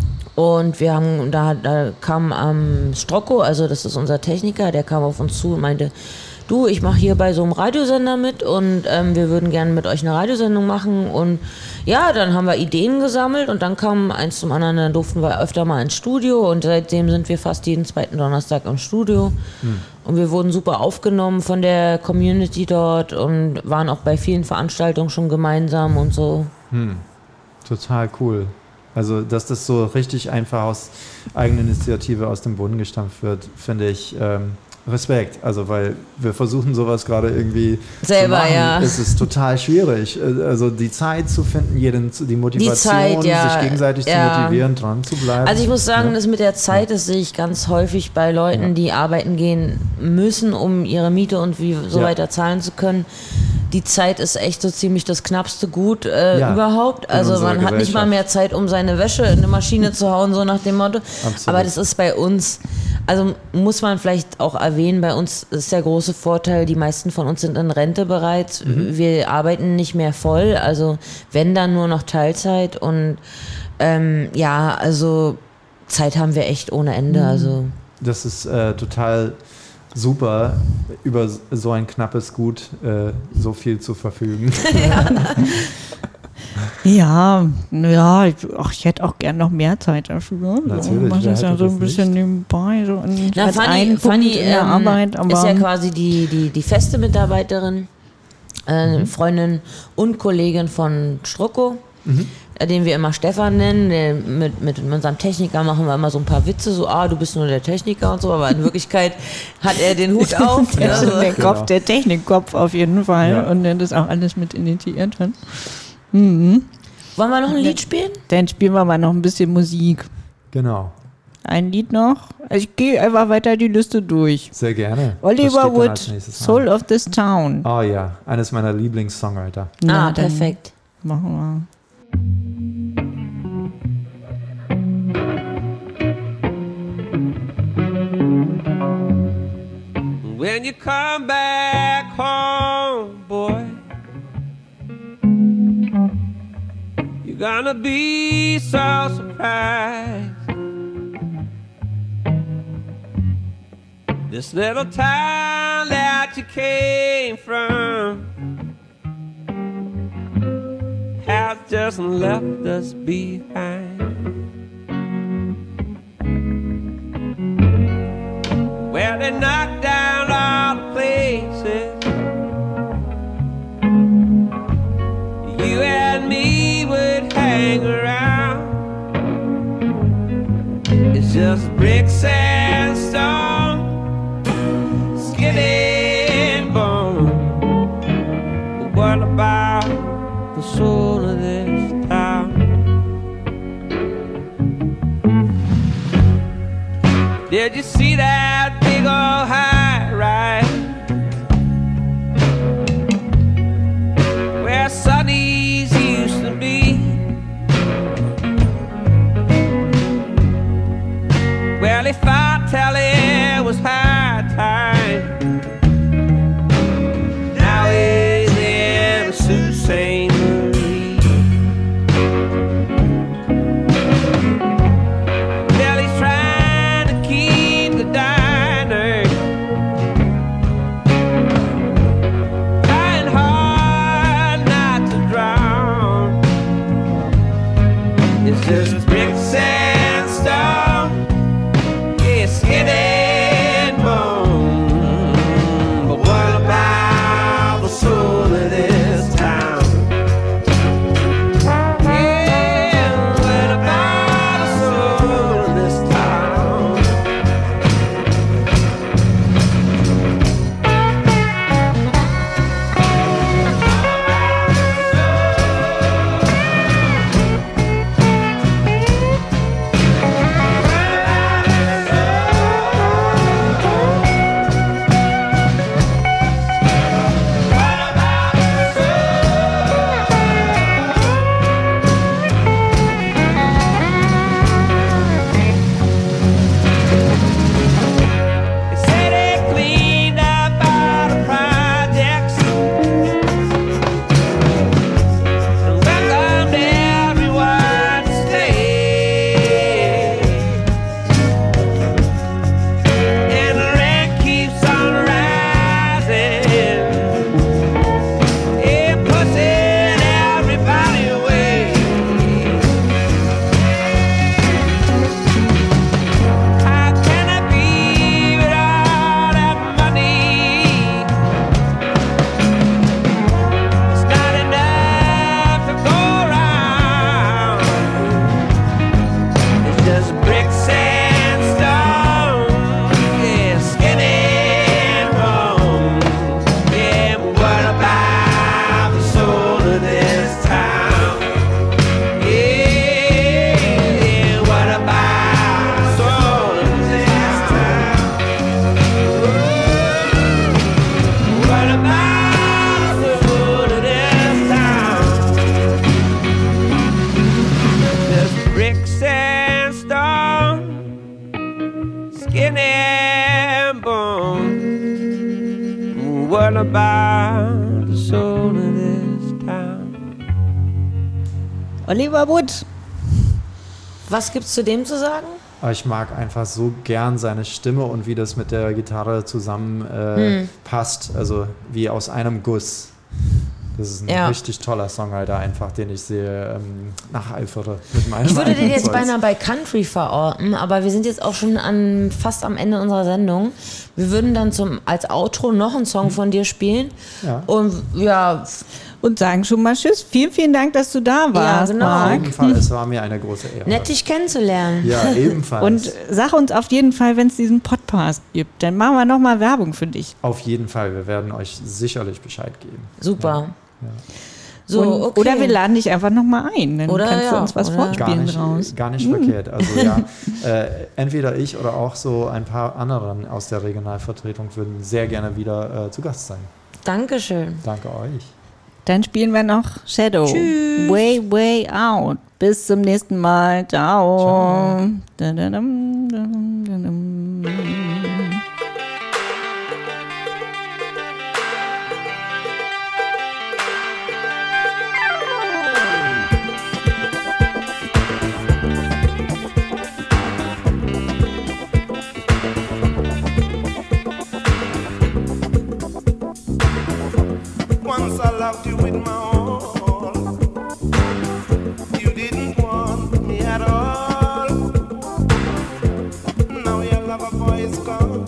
Und wir haben, da, da kam ähm, Strocco, also das ist unser Techniker, der kam auf uns zu und meinte, du, ich mache hier bei so einem Radiosender mit und ähm, wir würden gerne mit euch eine Radiosendung machen. Und ja, dann haben wir Ideen gesammelt und dann kam eins zum anderen, dann durften wir öfter mal ins Studio und seitdem sind wir fast jeden zweiten Donnerstag im Studio. Hm. Und wir wurden super aufgenommen von der Community dort und waren auch bei vielen Veranstaltungen schon gemeinsam und so. Hm. Total cool. Also, dass das so richtig einfach aus eigener Initiative aus dem Boden gestampft wird, finde ich ähm, Respekt. Also, weil wir versuchen sowas gerade irgendwie Selber, zu machen. ja. Es ist total schwierig. Also, die Zeit zu finden, jeden, zu- die Motivation, Zeit, ja. sich gegenseitig Ja. zu motivieren, dran zu bleiben. Also ich muss sagen, Ja. das mit der Zeit, das sehe ich ganz häufig bei Leuten, Ja. die arbeiten gehen müssen, um ihre Miete und wie so Ja. weiter zahlen zu können. Die Zeit ist echt so ziemlich das knappste Gut äh, Ja, überhaupt. in Also unserer man hat nicht mal Gesellschaft. mehr Zeit, um seine Wäsche in eine Maschine zu hauen, so nach dem Motto. Absolut. Aber das ist bei uns, also muss man vielleicht auch erwähnen, bei uns ist der große Vorteil, die meisten von uns sind in Rente bereits. Mhm. Wir arbeiten nicht mehr voll, also wenn dann nur noch Teilzeit und ähm, ja, also Zeit haben wir echt ohne Ende. Also Das ist äh, total super, über so ein knappes Gut äh, so viel zu verfügen. Ja, ja, ich, ach, ich hätte auch gern noch mehr Zeit dafür. Natürlich, So, mach wer das ja hätte so ein das bisschen nicht? nebenbei. So in, Na, als Fanny, einen Fanny Punkt in der ähm, Arbeit, aber ist ja quasi die, die, die feste Mitarbeiterin, äh, Mhm. Freundin und Kollegin von Strucco, Mhm. äh, den wir immer Stefan nennen. Der, mit, mit unserem Techniker machen wir immer so ein paar Witze, so, ah, du bist nur der Techniker und so, aber in Wirklichkeit hat er den Hut auf. der, also, der Genau. Kopf, der Technikkopf auf jeden Fall Ja. und der das auch alles mit initiiert hat. Mhm. wollen wir noch ein Lied spielen? Dann spielen wir mal noch ein bisschen Musik. Genau, Ein Lied noch. Also ich gehe einfach weiter die Liste durch. sehr gerne. Was steht Oliver denn Wood, als nächstes an? Soul of this Town. Oh ja, eines meiner Lieblings-Songwriter. Na, ah, dann perfekt. Machen When you come back home, boy, you're gonna be so surprised. This little town that you came from has just left us behind. Well, they knocked down all the places you and me would hang around. It's just bricks and stone, skin and bone. But what about the soul of this town? Did you see that big old high rise where Sonny's used to be? Well, if I tell it was high time, now he's in Sault Ste. Marie. Well, he's trying to keep the diner, trying hard not to drown. It's just bricks and stone, yeah, skin and bone. But what about the soul of this town? Yeah, what about the soul of this town? learn about the soul of this town. Oliver Wood. Was gibt's zu dem zu sagen? Ich mag einfach so gern seine Stimme und wie das mit der Gitarre zusammen äh, hm. passt. Also wie aus einem Guss. Das ist ein ja. richtig toller Songwriter einfach, den ich sehr ähm, nacheifere mit meinem Ich würde den jetzt Zeugs. beinahe bei Country verorten, aber wir sind jetzt auch schon an, fast am Ende unserer Sendung. Wir würden dann zum, als Outro noch einen Song von dir spielen. Ja. Und ja... Und sagen schon mal Tschüss. Vielen, vielen Dank, dass du da warst, ja, genau. Marc. Auf jeden Fall, es war mir eine große Ehre. Nett, dich kennenzulernen. Ja, ebenfalls. Und sag uns auf jeden Fall, wenn es diesen Podcast gibt, dann machen wir nochmal Werbung für dich. Auf jeden Fall, wir werden euch sicherlich Bescheid geben. Super. Ja. Ja. So, Und, okay. Oder wir laden dich einfach nochmal ein, dann oder, kannst ja, du uns was oder vorspielen gar nicht, draus. Gar nicht mhm. verkehrt. Also ja, äh, entweder ich oder auch so ein paar anderen aus der Regionalvertretung würden sehr gerne wieder äh, zu Gast sein. Dankeschön. Danke euch. Dann spielen wir noch Shadow. Tschüss. Way, way out. Bis zum nächsten Mal. Ciao. Ciao. Da, da, da, da, da, da. Once I loved you with my all. You didn't want me at all. Now your lover boy is gone.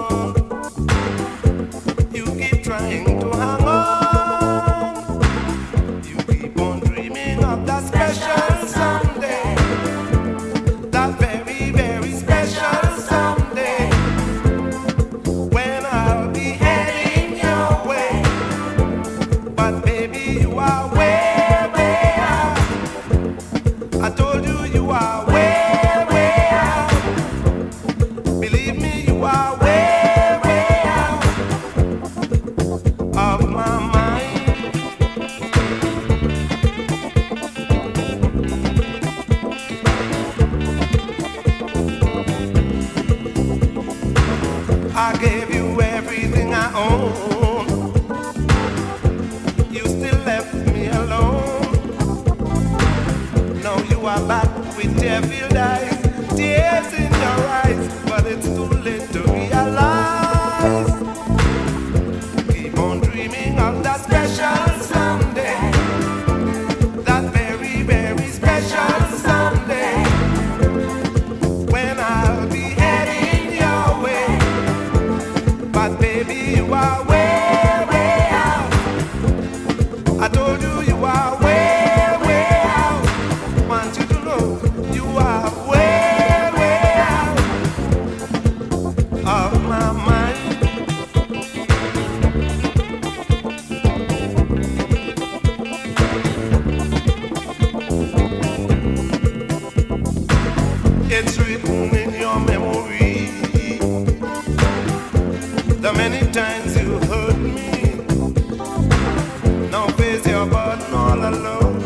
You keep trying to hang on. You keep on dreaming of that special someday. That very, very special someday. When I'll be heading your way. But baby, you are way, way out. I told you you are way, way out. Believe me, you are way, way out of my mind. I gave you everything I own. You still left me alone. Now you are back with tear-filled eyes, tears in your eyes, but it's too late to realize. Keep on dreaming of that special someday. That very, very special someday. When I'll be heading your way. But baby, you are way, way out. I told you you are way, way out. Want you to know you are way, way out of my mind. It's written in your memory. The many times you hurt me. Now face your burden all alone.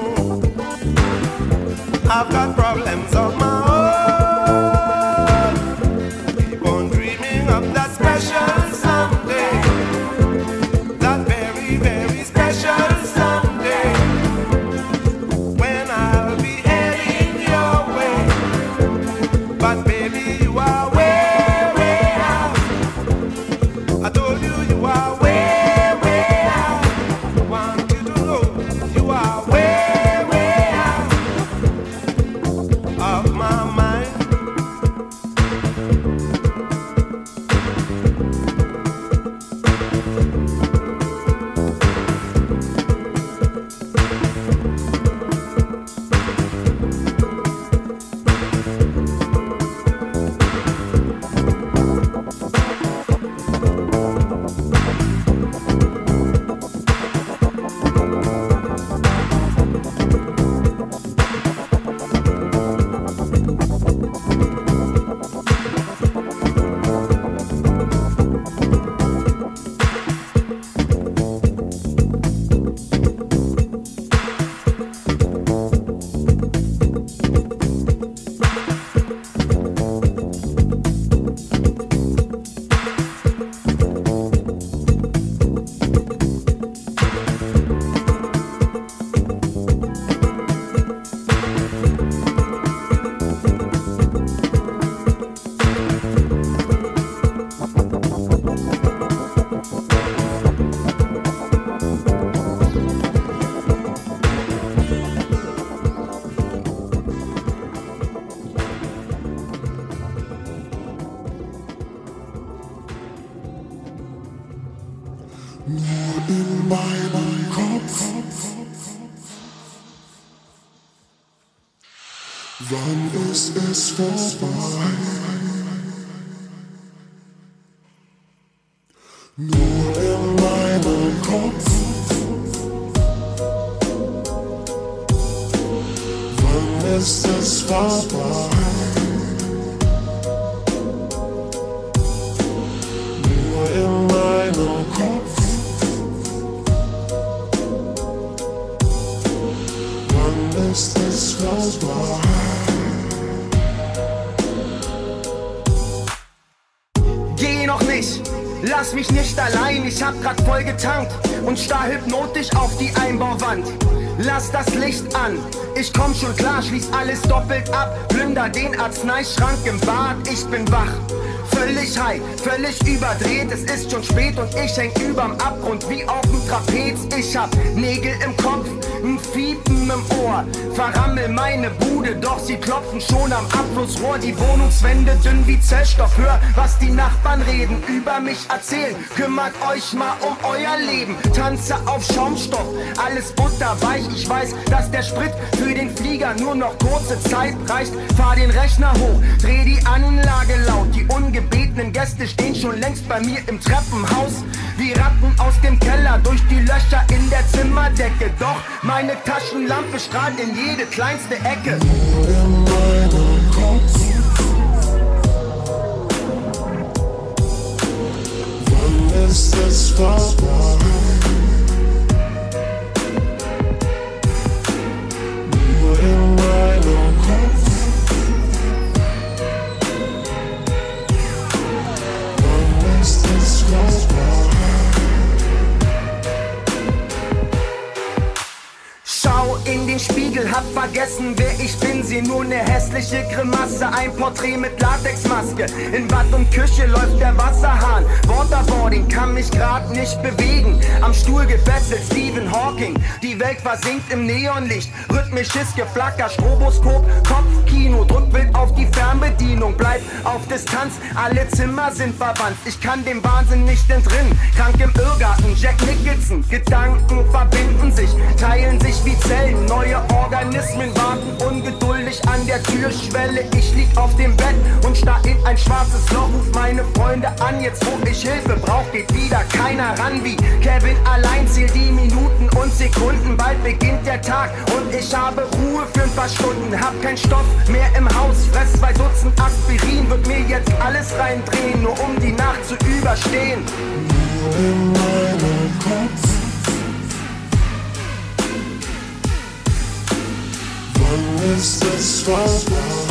I've got problems of my own. Keep on dreaming of that special someday. That very, very special someday. When I'll be heading your way. But baby, you are way, way out. I told you you are way, way out. Want you to know you are way, way out of Wann ist es vorbei? Nur in meinem Kopf. Wann ist es vorbei? Nur in meinem Kopf. Wann ist es vorbei? Geh noch nicht, lass mich nicht allein, ich hab grad voll getankt und starr hypnotisch auf die Einbauwand. Lass das Licht an, ich komm schon klar, schließ alles doppelt ab, plünder den Arzneischrank im Bad, ich bin wach. Völlig high, völlig überdreht, es ist schon spät und ich häng überm Abgrund wie auf dem Trapez. Ich hab Nägel im Kopf, ein Fiepen im Ohr, verrammel meine Bude, doch sie klopfen schon am Abflussrohr. Die Wohnungswände dünn wie Zellstoff, hör, was die Nachbarn reden, über mich erzählen. Kümmert euch mal um euer Leben, tanze auf Schaumstoff, alles butterweich. Ich weiß, dass der Sprit für den Flieger nur noch kurze Zeit reicht. Fahr den Rechner hoch, dreh die Anlage laut, die ungebetenen Gäste stehen schon längst bei mir im Treppenhaus. Wie Ratten aus dem Keller durch die Löcher in der Zimmerdecke. Doch meine Taschenlampe strahlt in jede kleinste Ecke. Nur in meinem Kopf. Wann ist es vorbei? Nur in meinem Kopf. Wann ist es vorbei? Schau in den Spiegel, hab vergessen, wer ich bin. Seh nur ne hässliche Grimasse, ein Porträt mit Latexmaske. In Bad und Küche läuft der Wasserhahn. Waterboarding, kann mich grad nicht bewegen. Am Stuhl gefesselt, Stephen Hawking. Die Welt versinkt im Neonlicht. Rhythmisches Geflacker, Stroboskop, Kopfkino. Drück wild auf die Fernbedienung, bleib auf Distanz. Alle Zimmer sind verwandt, ich kann dem Wahnsinn nicht entrinnen. Krank im Irrgarten, Jack Nicholson. Gedanken verbinden sich, teilen sich wie Zellen. Neue Organismen warten ungeduldig an der Türschwelle. Ich lieg auf dem Bett und starr in ein schwarzes Loch. Ruf meine Freunde an, jetzt wo ich Hilfe brauch, geht wieder keiner ran wie Kevin allein. Zähl die Minuten und Sekunden, bald beginnt der Tag und ich habe Ruhe für ein paar Stunden. Hab kein Stoff mehr im Haus, fress zwei Dutzend Aspirin. Wird mir jetzt alles reindrehen, nur um die Nacht zu überstehen. Nur in meinem Kopf. Wann ist es vorbei?